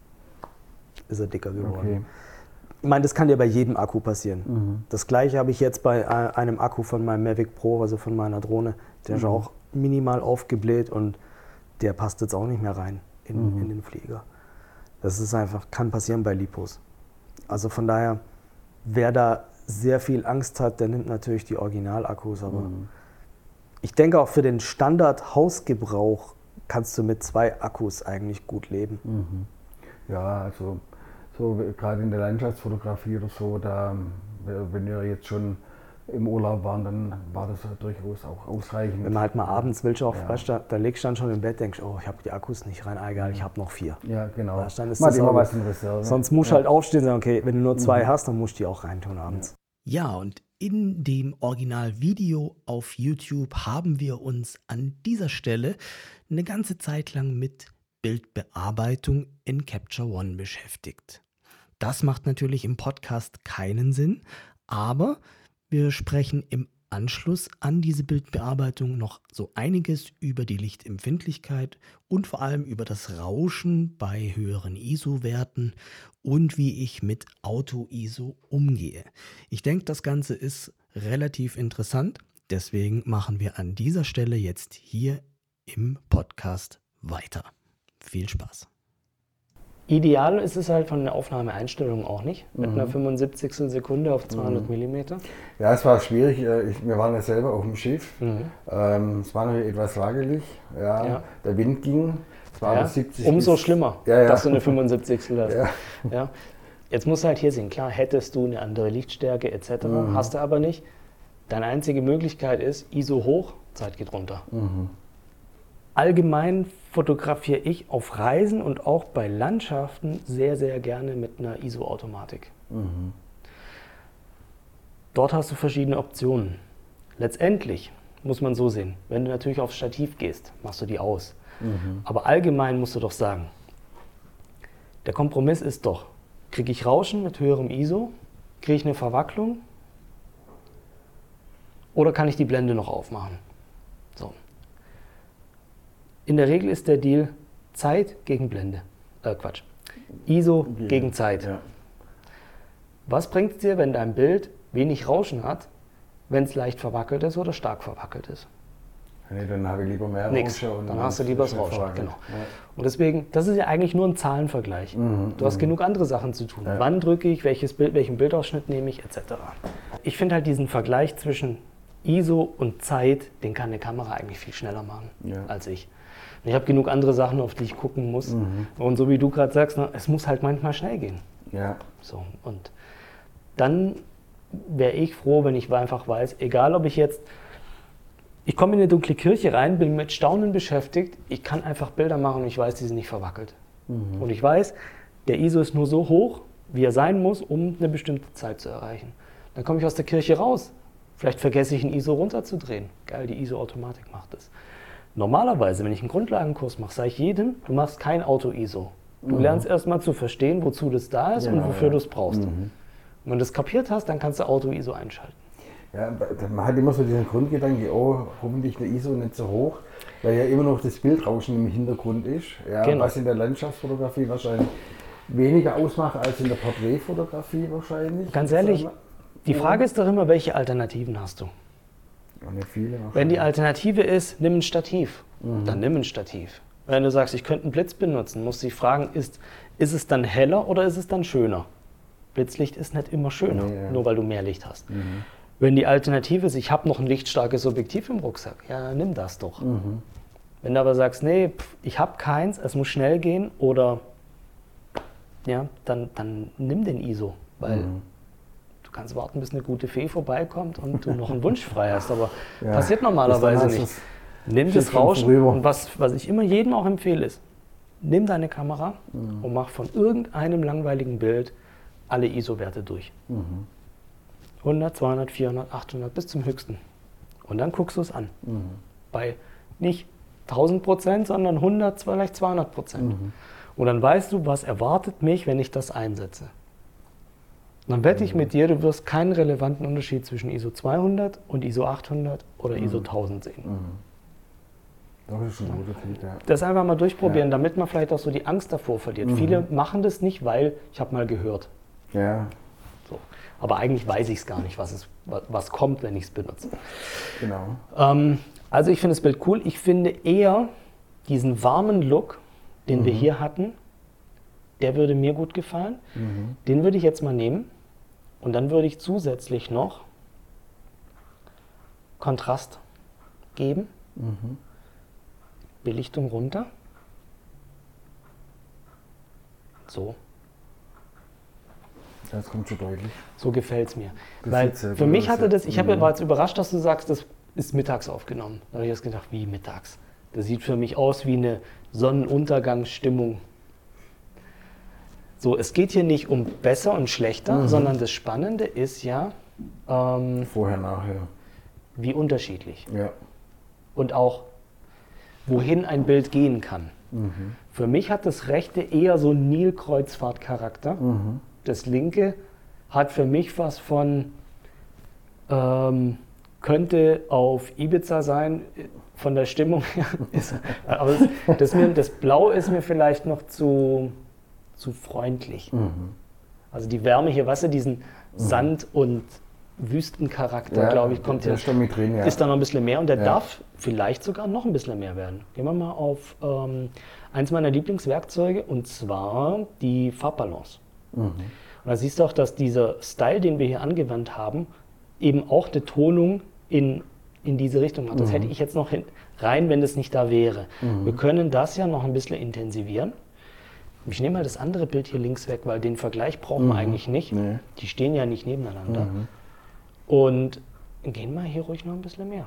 ist er dicker geworden. Okay. Ich meine, das kann dir bei jedem Akku passieren. Mhm. Das gleiche habe ich jetzt bei einem Akku von meinem Mavic Pro, also von meiner Drohne. Der mhm. ist auch minimal aufgebläht und der passt jetzt auch nicht mehr rein in, mhm. in den Flieger. Das ist einfach, kann passieren bei Lipos. Also von daher, wer da sehr viel Angst hat, der nimmt natürlich die Originalakkus. Aber mhm. ich denke auch für den Standard-Hausgebrauch kannst du mit zwei Akkus eigentlich gut leben. Mhm. Ja, also so gerade in der Landschaftsfotografie oder so, da, wenn wir jetzt schon im Urlaub waren, dann war das halt durchaus auch ausreichend. Wenn man halt mal abends willst, auch, ja. weißt du, da, da legst du dann schon im Bett, denkst, oh, ich habe die Akkus nicht rein, egal, ich habe noch vier. Ja, genau. Weißt, dann ist man das hat immer auch, was in Reserve. Sonst musst du ja. halt aufstehen und sagen, okay, wenn du nur zwei mhm. hast, dann musst du die auch reintun abends. Ja, und in dem Originalvideo auf YouTube haben wir uns an dieser Stelle eine ganze Zeit lang mit Bildbearbeitung in Capture One beschäftigt. Das macht natürlich im Podcast keinen Sinn, Aber wir sprechen im Anschluss an diese Bildbearbeitung noch so einiges über die Lichtempfindlichkeit und vor allem über das Rauschen bei höheren I S O-Werten und wie ich mit Auto-I S O umgehe. Ich denke, das Ganze ist relativ interessant, deswegen machen wir an dieser Stelle jetzt hier im Podcast weiter. Viel Spaß! Ideal ist es halt von der Aufnahmeeinstellung auch nicht, mit Mhm. einer fünfundsiebzigstel Sekunde auf zweihundert Millimeter. Ja, es war schwierig. äh, Ich, wir waren ja selber auf dem Schiff. Mhm. Ähm, es war natürlich etwas wagelig. Ja, Ja. Der Wind ging. Es war Ja, aber siebzig umso bis- schlimmer, Ja, ja. dass du eine fünfundsiebzigstel hast. Ja. Ja. Jetzt musst du halt hier sehen, klar hättest du eine andere Lichtstärke et cetera, Mhm. hast du aber nicht. Deine einzige Möglichkeit ist, I S O hoch, Zeit geht runter. Mhm. Allgemein fotografiere ich auf Reisen und auch bei Landschaften sehr, sehr gerne mit einer I S O-Automatik. Mhm. Dort hast du verschiedene Optionen. Letztendlich muss man so sehen, wenn du natürlich aufs Stativ gehst, machst du die aus. Mhm. Aber allgemein musst du doch sagen, der Kompromiss ist doch, kriege ich Rauschen mit höherem I S O, kriege ich eine Verwacklung oder kann ich die Blende noch aufmachen? So. In der Regel ist der Deal Zeit gegen Blende. Äh, Quatsch. I S O Ja. gegen Zeit. Ja. Was bringt es dir, wenn dein Bild wenig Rauschen hat, wenn es leicht verwackelt ist oder stark verwackelt ist? Nee, dann habe ich lieber mehr Nix. Rauschen und Dann hast du lieber das ist Rauschen. hervorragend. Genau. Und deswegen, das ist ja eigentlich nur ein Zahlenvergleich. Mhm, Du hast mhm. genug andere Sachen zu tun. Ja. Wann drücke ich, welches Bild, welchen Bildausschnitt nehme ich, et cetera. Ich finde halt diesen Vergleich zwischen I S O und Zeit, den kann eine Kamera eigentlich viel schneller machen Ja. als ich. Und ich habe genug andere Sachen, auf die ich gucken muss. Mhm. Und so wie du gerade sagst, ne, es muss halt manchmal schnell gehen. Ja. So, und dann wäre ich froh, wenn ich einfach weiß, egal ob ich jetzt, ich komme in eine dunkle Kirche rein, bin mit Staunen beschäftigt, ich kann einfach Bilder machen und ich weiß, die sind nicht verwackelt. Mhm. Und ich weiß, der I S O ist nur so hoch, wie er sein muss, um eine bestimmte Zeit zu erreichen. Dann komme ich aus der Kirche raus. Vielleicht vergesse ich einen I S O runterzudrehen. Geil, die I S O-Automatik macht das. Normalerweise, wenn ich einen Grundlagenkurs mache, sage ich jedem, du machst kein Auto-I S O. Du Mhm. lernst erstmal zu verstehen, wozu das da ist Genau, und wofür ja. du es brauchst. Mhm. Und wenn du das kapiert hast, dann kannst du Auto-I S O einschalten. Ja, man hat immer so diesen Grundgedanke, oh, hoffentlich der I S O nicht so hoch, weil ja immer noch das Bildrauschen im Hintergrund ist, ja, Genau. was in der Landschaftsfotografie wahrscheinlich weniger ausmacht als in der Porträtfotografie wahrscheinlich. Ganz ehrlich, die Frage ist doch immer, welche Alternativen hast du? Ja, nicht viele wahrscheinlich. Wenn die Alternative ist, nimm ein Stativ, dann nimm ein Stativ. Wenn du sagst, ich könnte einen Blitz benutzen, musst du dich fragen, ist, ist es dann heller oder ist es dann schöner? Blitzlicht ist nicht immer schöner, Nee, ja. nur weil du mehr Licht hast. Mhm. Wenn die Alternative ist, ich habe noch ein lichtstarkes Objektiv im Rucksack, ja, nimm das doch. Mhm. Wenn du aber sagst, nee, pf, ich habe keins, es muss schnell gehen oder ja, dann, dann nimm den I S O, weil Mhm. du kannst warten, bis eine gute Fee vorbeikommt und du noch einen Wunsch frei hast, aber Ja, passiert bis normalerweise dann hast nicht. du's Nimm Schiff das schon Rauschen vorüber. und was, was ich immer jedem auch empfehle ist, nimm deine Kamera und mach von irgendeinem langweiligen Bild alle I S O-Werte durch. Mhm. hundert, zweihundert, vierhundert, achthundert bis zum höchsten. Und dann guckst du es an. Mhm. Bei nicht tausend Prozent, sondern hundert, vielleicht zweihundert Prozent. Mhm. Und dann weißt du, was erwartet mich, wenn ich das einsetze. Und dann wette ich mit dir, du wirst keinen relevanten Unterschied zwischen I S O zweihundert und I S O achthundert oder I S O tausend sehen. Mhm. Das ist ein guter Tipp, ja. Das einfach mal durchprobieren, damit man vielleicht auch so die Angst davor verliert. Mhm. Viele machen das nicht, weil ich habe mal gehört. Ja, So. Aber eigentlich weiß ich es gar nicht, was, es, was, was kommt, wenn ich es benutze. genau. Ähm, also ich finde das Bild cool. Ich finde eher diesen warmen Look, den wir hier hatten, der würde mir gut gefallen. Mhm. Den würde ich jetzt mal nehmen und dann würde ich zusätzlich noch Kontrast geben. Mhm. Belichtung runter. So, Das kommt schon deutlich. so gefällt es mir. Das Weil sieht sehr für gut mich aus, hatte ja. das, ich hab, Mhm. war jetzt überrascht, dass du sagst, das ist mittags aufgenommen. Da habe ich jetzt gedacht, wie mittags? Das sieht für mich aus wie eine Sonnenuntergangsstimmung. So, es geht hier nicht um besser und schlechter, Mhm. sondern das Spannende ist ja, ähm, Vorher, nachher. wie unterschiedlich Ja. und auch wohin ein Bild gehen kann. Mhm. Für mich hat das rechte eher so einen Nilkreuzfahrt-Charakter. Mhm. Das linke hat für mich was von Ähm, könnte auf Ibiza sein, von der Stimmung her. Ist, aber das, das, mir, das Blau ist mir vielleicht noch zu, zu freundlich. Mhm. Also die Wärme hier, weißt du, diesen Sand- und Wüstencharakter, Ja, glaube ich, kommt der hier. ist da mit drin, ja. Ist da noch ein bisschen mehr und der Ja. darf vielleicht sogar noch ein bisschen mehr werden. Gehen wir mal auf ähm, eins meiner Lieblingswerkzeuge und zwar die Farbbalance. Mhm. Und da siehst du auch, dass dieser Style, den wir hier angewandt haben, eben auch eine Tonung in, in diese Richtung hat. Das Mhm. hätte ich jetzt noch hin, rein, wenn das nicht da wäre. Mhm. Wir können das ja noch ein bisschen intensivieren. Ich nehme mal das andere Bild hier links weg, weil den Vergleich brauchen wir Mhm. eigentlich nicht. Nee. Die stehen ja nicht nebeneinander. Mhm. Und gehen wir hier ruhig noch ein bisschen mehr.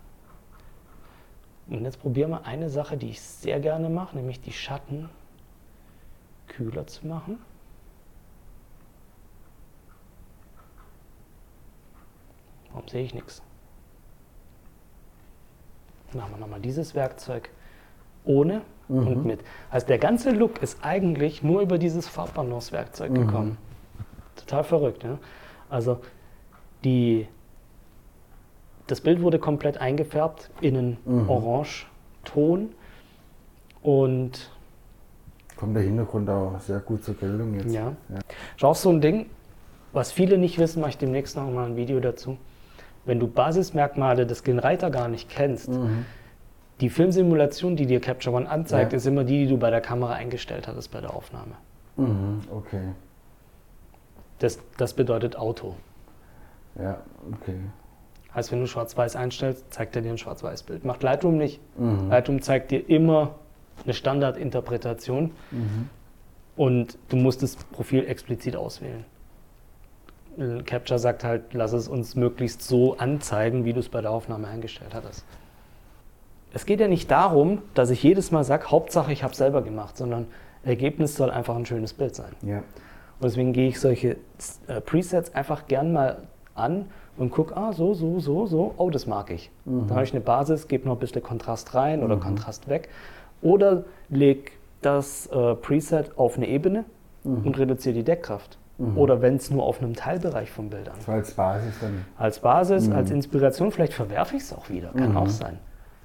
Und jetzt probieren wir eine Sache, die ich sehr gerne mache, nämlich die Schatten kühler zu machen. Warum sehe ich nichts? Machen wir nochmal dieses Werkzeug ohne Mhm. und mit. Also der ganze Look ist eigentlich nur über dieses Farbbalance-Werkzeug Mhm. gekommen. Total verrückt, ne? Also die, das Bild wurde komplett eingefärbt in einen Mhm. Orange-Ton und Kommt der Hintergrund auch sehr gut zur Geltung jetzt. ja. Ja. Schau auch so ein Ding, was viele nicht wissen, mache ich demnächst noch mal ein Video dazu. Wenn du Basismerkmale des Genreiter gar nicht kennst, Mhm. die Filmsimulation, die dir Capture One anzeigt, Ja. ist immer die, die du bei der Kamera eingestellt hattest bei der Aufnahme. Mhm. Okay. Das, das bedeutet Auto. Ja, okay. Heißt, wenn du Schwarz-Weiß einstellst, zeigt er dir ein Schwarz-Weiß-Bild. Macht Lightroom nicht. Mhm. Lightroom zeigt dir immer eine Standardinterpretation Mhm. und du musst das Profil explizit auswählen. Capture sagt halt, lass es uns möglichst so anzeigen, wie du es bei der Aufnahme eingestellt hattest. Es geht ja nicht darum, dass ich jedes Mal sage, Hauptsache ich habe es selber gemacht, sondern Ergebnis soll einfach ein schönes Bild sein. Ja. Und deswegen gehe ich solche äh, Presets einfach gern mal an und gucke, ah, so, so, so, so, oh, das mag ich. Mhm. Dann habe ich eine Basis, gebe noch ein bisschen Kontrast rein oder Mhm. Kontrast weg. Oder leg das äh, Preset auf eine Ebene Mhm. und reduziere die Deckkraft. Mhm. Oder wenn es nur auf einem Teilbereich vom Bild an. So als Basis dann. Als Basis, Mhm. als Inspiration, vielleicht verwerfe ich es auch wieder, kann Mhm. auch sein.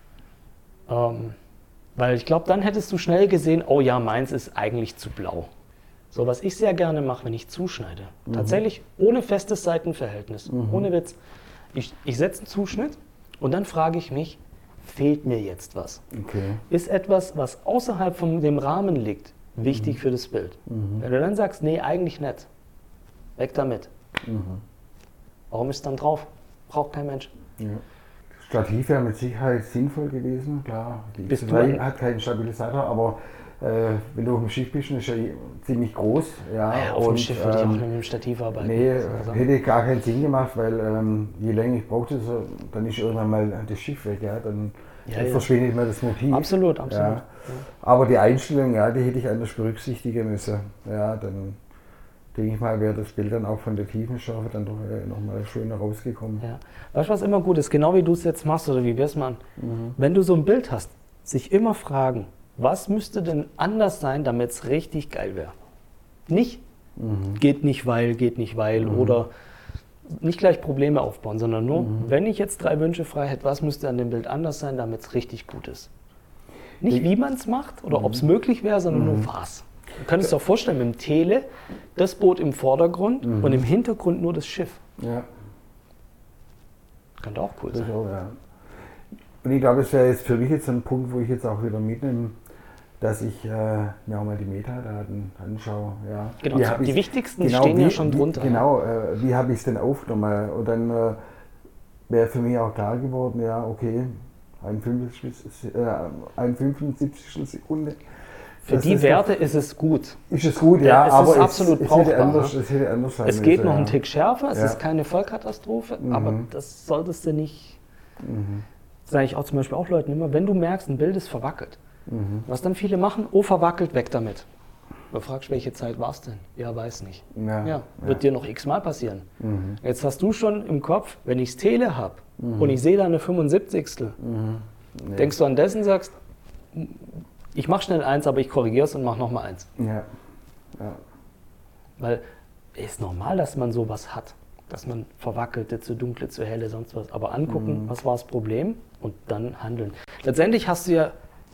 Ähm, weil ich glaube, dann hättest du schnell gesehen, oh ja, meins ist eigentlich zu blau. So, was ich sehr gerne mache, wenn ich zuschneide, Mhm. tatsächlich ohne festes Seitenverhältnis, Mhm. ohne Witz. Ich, ich setze einen Zuschnitt und dann frage ich mich, fehlt mir jetzt was? Okay. Ist etwas, was außerhalb von dem Rahmen liegt, wichtig Mhm. für das Bild? Mhm. Wenn du dann sagst, nee, eigentlich nicht, weg damit. Mhm. Warum ist dann drauf? Braucht kein Mensch. Ja. Stativ wäre mit Sicherheit sinnvoll gewesen, klar. Die Bist X du drei ein- hat keinen Stabilisator, aber äh, wenn du auf dem Schiff bist, ist er ziemlich groß. Ja, Ja, auf dem und, Schiff würde ich auch ähm, nicht mit dem Stativ arbeiten. Nee, Also, hätte gar keinen Sinn gemacht, weil ähm, je länger ich brauchte, so, dann ist irgendwann mal das Schiff weg, ja, dann, Ja, dann ja. verschwindet mir das Motiv. Absolut, absolut. Ja. Aber die Einstellung, ja, die hätte ich anders berücksichtigen müssen. Ja, dann denke ich mal, wäre das Bild dann auch von der Tiefenschärfe dann doch äh, nochmal schöner rausgekommen. Ja. Weißt du, was immer gut ist? Genau wie du es jetzt machst oder wie wir es machen. Mhm. Wenn du so ein Bild hast, sich immer fragen, was müsste denn anders sein, damit es richtig geil wäre? Nicht, Mhm. geht nicht weil, geht nicht weil Mhm. oder nicht gleich Probleme aufbauen, sondern nur, Mhm. wenn ich jetzt drei Wünsche frei hätte, was müsste an dem Bild anders sein, damit es richtig gut ist? Nicht Ich- wie man es macht oder Mhm. ob es möglich wäre, sondern Mhm. nur was. Du könntest dir auch vorstellen, mit dem Tele, das Boot im Vordergrund Mhm. und im Hintergrund nur das Schiff. Ja, Könnte auch cool das sein. auch, ja. Und ich glaube, es wäre jetzt für mich jetzt ein Punkt, wo ich jetzt auch wieder mitnehme, dass ich äh, mir auch mal die Metadaten anschaue. Ja. Genau, Wie die hab ich's- wichtigsten genau, stehen ja wie- schon wie, drunter. Genau, äh, wie habe ich es denn aufgenommen? Und dann äh, wäre für mich auch klar geworden, ja, okay, ein fünfundsiebzig, äh, ein fünfundsiebzigstel Sekunde. Für Das die ist Werte ist es gut. Doch, ist es gut, Ja, ja, es aber ist absolut es, es, brauchbar, hätte anders, ne? es hätte anders sein Es geht müssen, noch ja. einen Tick schärfer, es Ja. ist keine Vollkatastrophe, Mhm. aber das solltest du nicht, Mhm. sage ich auch zum Beispiel auch Leuten immer, wenn du merkst, ein Bild ist verwackelt. Mhm. Was dann viele machen, oh verwackelt, weg damit. Du fragst, welche Zeit war es denn? Ja, weiß nicht. Ja, Ja, wird dir noch x-mal passieren. Mhm. Jetzt hast du schon im Kopf, wenn ich das Tele habe Mhm. und ich sehe da eine fünfundsiebzigstel, Mhm. Nee. denkst du an das und sagst, ich mache schnell eins, aber ich korrigiere es und mache nochmal eins. Ja. Ja. Weil es ist normal, dass man sowas hat. dass man verwackelte, zu dunkle, zu helle, sonst was. Aber angucken, mhm. was war das Problem und dann handeln. Letztendlich hast du ja,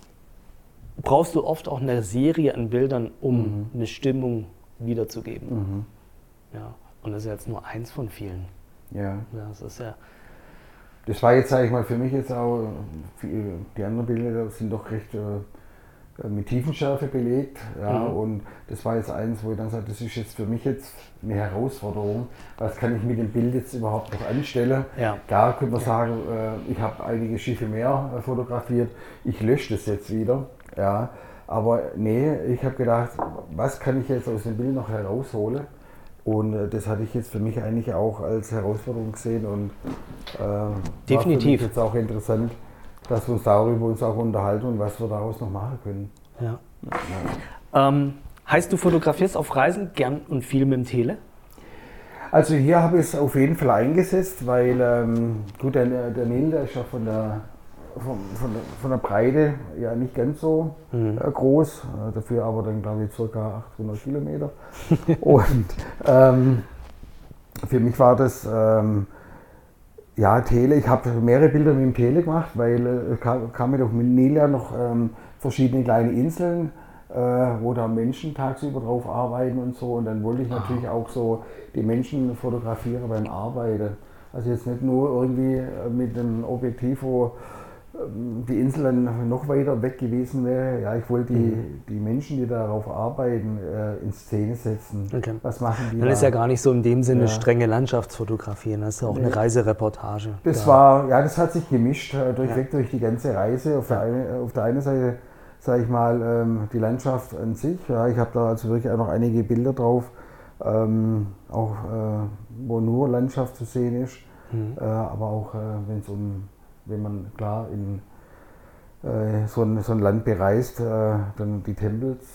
brauchst du oft auch eine Serie an Bildern, um mhm. eine Stimmung wiederzugeben. Mhm. Ja, und das ist jetzt nur eins von vielen. Ja. Ja, das ist ja. Das war jetzt, sage ich mal, für mich jetzt auch, die anderen Bilder sind doch recht äh, mit Tiefenschärfe belegt. Ja, mhm. Und das war jetzt eins, wo ich dann sage, das ist jetzt für mich jetzt eine Herausforderung. Was kann ich mit dem Bild jetzt überhaupt noch anstellen? Ja. Klar könnte man sagen, äh, ich habe einige Schiffe mehr äh, fotografiert, ich lösche das jetzt wieder. Ja, aber nee, ich habe gedacht, was kann ich jetzt aus dem Bild noch herausholen? Und äh, das hatte ich jetzt für mich eigentlich auch als Herausforderung gesehen und äh, definitiv. War für mich jetzt auch interessant, dass wir uns darüber uns auch unterhalten und was wir daraus noch machen können. Ja. Ja. Ähm, heißt, du fotografierst auf Reisen gern und viel mit dem Tele? Also hier habe ich es auf jeden Fall eingesetzt, weil ähm, gut, der, der Nil, der ist ja von der Von, von, von der Breite ja nicht ganz so mhm. äh, groß, äh, dafür aber dann glaube ich ca. achthundert Kilometer. Und ähm, für mich war das ähm, ja Tele. Ich habe mehrere Bilder mit dem Tele gemacht, weil es äh, kam, kam mit auf Nil ja noch ähm, verschiedene kleine Inseln, äh, wo da Menschen tagsüber drauf arbeiten und so. Und dann wollte ich natürlich auch so die Menschen fotografieren beim Arbeiten. Also jetzt nicht nur irgendwie mit einem Objektiv, wo die Insel dann noch weiter weg gewesen wäre. Ja, ich wollte die, mhm. die Menschen, die darauf arbeiten, äh, in Szene setzen. Okay. Was machen die Dann da? ist ja gar nicht so in dem Sinne ja. strenge Landschaftsfotografie, das ist ja auch nee. eine Reisereportage. Das ja. war, ja, das hat sich gemischt, äh, durchweg ja. durch die ganze Reise. Auf der, eine, auf der einen Seite, sage ich mal, ähm, die Landschaft an sich. Ja, ich habe da also wirklich auch noch einige Bilder drauf, ähm, auch äh, wo nur Landschaft zu sehen ist, mhm. äh, aber auch äh, wenn es um wenn man klar in äh, so, ein, so ein Land bereist, äh, dann die Tempels,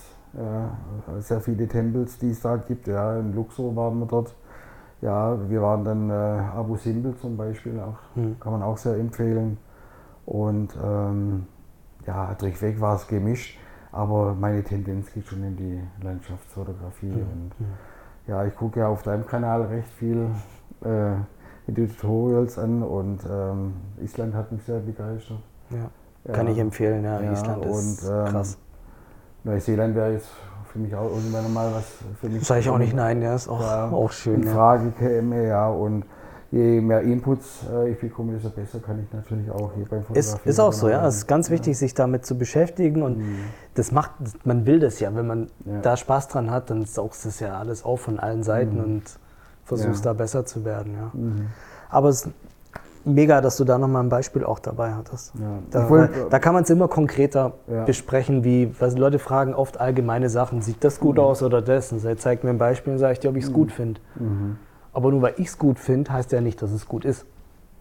äh, sehr viele Tempels, die es da gibt. Ja, in Luxor waren wir dort. Ja, wir waren dann äh, Abu Simbel zum Beispiel, auch, mhm. kann man auch sehr empfehlen. Und ähm, ja, durchweg war es gemischt, aber meine Tendenz geht schon in die Landschaftsfotografie. Mhm. Und ja, ich gucke ja auf deinem Kanal recht viel äh, die Tutorials an und ähm, Island hat mich sehr begeistert. Ja, ja. Kann ich empfehlen, ja, ja Island ist und, ähm, krass. Neuseeland wäre jetzt für mich auch irgendwann mal was für mich. Sag ich auch nicht nein, ja, ist auch, ja, auch schön. In Frage käme, ja, und je mehr Inputs äh, ich bekomme, desto besser kann ich natürlich auch hier beim Fotografieren. Ist, ist auch so, ja, es ist ganz wichtig, ja. sich damit zu beschäftigen und mhm. das macht, man will das ja, wenn man ja. da Spaß dran hat, dann saugst du das ja alles auf von allen Seiten mhm. und versuchst ja. da besser zu werden. Ja. Mhm. Aber es ist mega, dass du da nochmal ein Beispiel auch dabei hattest. Ja. Da, wollt, da kann man es immer konkreter ja. besprechen, wie, was Leute fragen oft allgemeine Sachen, sieht das gut mhm. aus oder das? Und zeig mir ein Beispiel und sage ich dir, ob ich es mhm. gut finde. Mhm. Aber nur weil ich es gut finde, heißt ja nicht, dass es gut ist.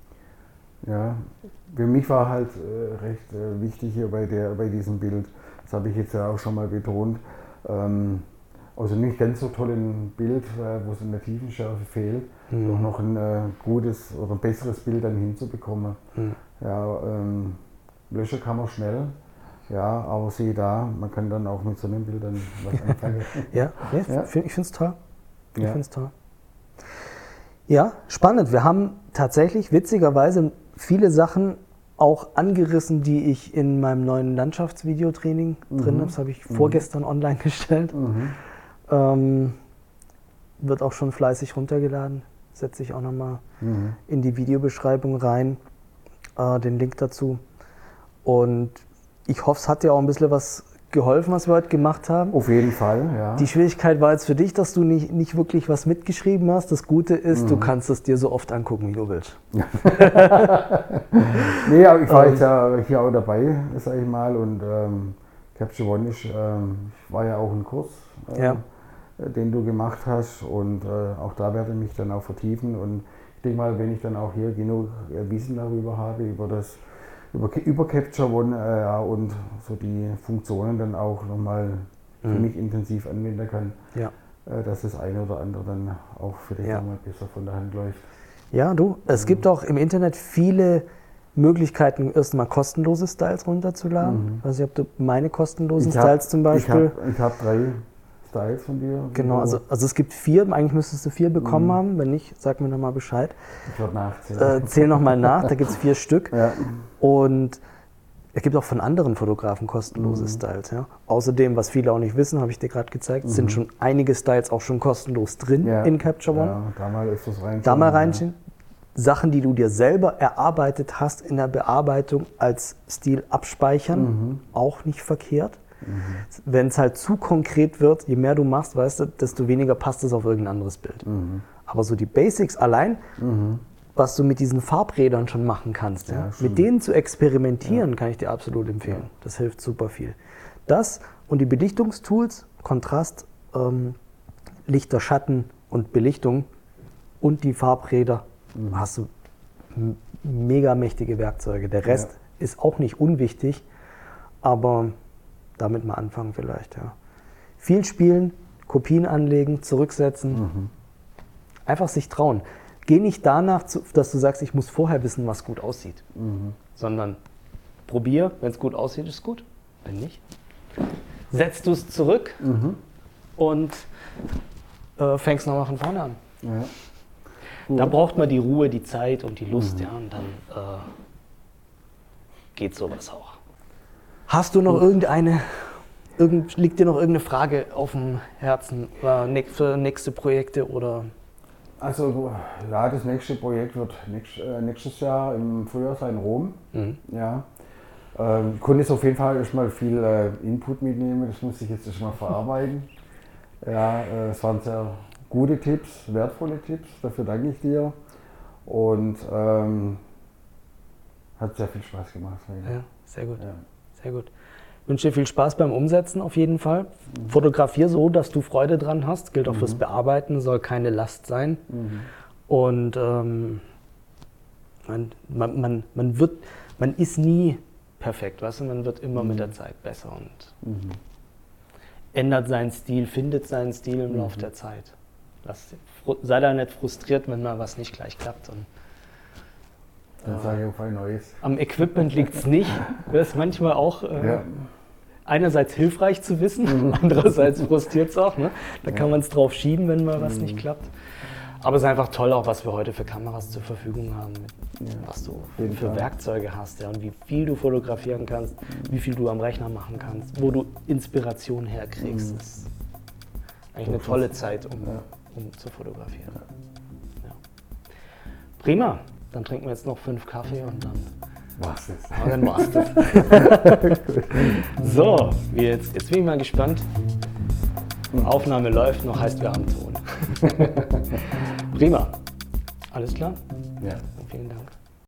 Ja, für mich war halt äh, recht äh, wichtig hier bei, der, bei diesem Bild, das habe ich jetzt ja auch schon mal betont, ähm, also nicht ganz so toll ein Bild, wo es in der Tiefenschärfe fehlt, mhm. doch noch ein äh, gutes oder ein besseres Bild dann hinzubekommen. Mhm. Ja, ähm, löschen kann man schnell, ja, aber siehe da, man kann dann auch mit so einem Bild dann was anfangen. ja, ja, ja. Ich finde es toll. Ich ja. finde es toll. Ja, spannend. Wir haben tatsächlich witzigerweise viele Sachen auch angerissen, die ich in meinem neuen Landschaftsvideotraining mhm. drin habe. Das habe ich mhm. vorgestern online gestellt. Mhm. Ähm, wird auch schon fleißig runtergeladen. Setze ich auch nochmal mhm. in die Videobeschreibung rein, äh, den Link dazu. Und ich hoffe, es hat dir auch ein bisschen was geholfen, was wir heute gemacht haben. Auf jeden Fall, ja. Die Schwierigkeit war jetzt für dich, dass du nicht, nicht wirklich was mitgeschrieben hast. Das Gute ist, mhm. du kannst es dir so oft angucken, wie du willst. Nee, aber ich war ähm, jetzt ja hier auch dabei, sag ich mal. Und ähm, Capture One ist, ähm, war ja auch ein Kurs, äh, ja. den du gemacht hast. Und äh, auch da werde ich mich dann auch vertiefen. Und ich denke mal, wenn ich dann auch hier genug Wissen darüber habe, über das Über, über Capture One äh, ja, und so die Funktionen dann auch nochmal für mhm. mich intensiv anwenden kann, ja. äh, dass das eine oder andere dann auch für dich ja. mal besser von der Hand läuft. Ja, du, es mhm. gibt auch im Internet viele Möglichkeiten, erstmal kostenlose Styles runterzuladen. Mhm. Ich weiß nicht, ob du meine kostenlosen hab, Styles zum Beispiel. Ich habe hab drei Styles von dir? Genau, also, also es gibt vier, eigentlich müsstest du vier bekommen mhm. haben, wenn nicht, sag mir nochmal Bescheid. Ich würde nachzählen. Äh, zähl nochmal nach, da gibt es vier Stück. Ja. Und es gibt auch von anderen Fotografen kostenlose mhm. Styles. Ja. Außerdem, was viele auch nicht wissen, habe ich dir gerade gezeigt, mhm. sind schon einige Styles auch schon kostenlos drin ja. in Capture One. Ja, da mal ist das reinschauen. Da mal reinschauen. Ja. Sachen, die du dir selber erarbeitet hast in der Bearbeitung als Stil abspeichern, mhm. auch nicht verkehrt. Mhm. Wenn es halt zu konkret wird, je mehr du machst, weißt du, desto weniger passt es auf irgendein anderes Bild. Mhm. Aber so die Basics allein, mhm. was du mit diesen Farbrädern schon machen kannst, ja, ja, mit denen zu experimentieren, ja. kann ich dir absolut empfehlen. Ja. Das hilft super viel. Das und die Belichtungstools, Kontrast, ähm, Lichter, Schatten und Belichtung und die Farbräder, mhm. hast du mega mächtige Werkzeuge. Der Rest ja. ist auch nicht unwichtig, aber damit mal anfangen vielleicht. Ja. Viel spielen, Kopien anlegen, zurücksetzen, mhm. einfach sich trauen. Geh nicht danach, dass du sagst, ich muss vorher wissen, was gut aussieht, mhm. sondern probier, wenn es gut aussieht, ist gut, wenn nicht. Setzt du es zurück mhm. und äh, fängst nochmal von vorne an. Ja. Da braucht man die Ruhe, die Zeit und die Lust, mhm. ja, und dann äh, geht sowas auch. Hast du noch mhm. irgendeine, irgend, liegt dir noch irgendeine Frage auf dem Herzen äh, für nächste Projekte oder? Also ja, das nächste Projekt wird nächst, äh, nächstes Jahr im Frühjahr sein, in Rom. Mhm. Ja. Ähm, ich konnte jetzt auf jeden Fall erstmal viel äh, Input mitnehmen, das muss ich jetzt erstmal verarbeiten. Ja, äh, es waren sehr gute Tipps, wertvolle Tipps, dafür danke ich dir. Und ähm, hat sehr viel Spaß gemacht. Ja, sehr gut. Ja. Sehr gut. Ich wünsche dir viel Spaß beim Umsetzen auf jeden Fall. Mhm. Fotografier so, dass du Freude dran hast. Gilt auch mhm. fürs Bearbeiten, soll keine Last sein. Mhm. Und ähm, man, man, man, man, wird, man ist nie perfekt, weißt du? Man wird immer mhm. mit der Zeit besser und mhm. ändert seinen Stil, findet seinen Stil im mhm. Laufe der Zeit. Lass, sei da nicht frustriert, wenn mal was nicht gleich klappt. Und Dann sage ich auf ein neues. Am Equipment liegt es nicht. Das ist manchmal auch äh, ja. einerseits hilfreich zu wissen, andererseits frustriert es auch. Ne? Da ja. kann man es drauf schieben, wenn mal was mhm. nicht klappt. Aber es ist einfach toll, auch was wir heute für Kameras zur Verfügung haben, mit, ja. was du für, für Werkzeuge hast, ja, und wie viel du fotografieren kannst, mhm. wie viel du am Rechner machen kannst, wo du Inspiration herkriegst. Mhm. Das ist eigentlich eine tolle Zeit, um, ja. um zu fotografieren. Ja. Prima. Dann trinken wir jetzt noch fünf Kaffee und dann war's das. Ah, dann war's das. So, jetzt, jetzt bin ich mal gespannt. Aufnahme läuft noch, heißt wir haben Ton. Prima. Alles klar? Ja. Vielen Dank.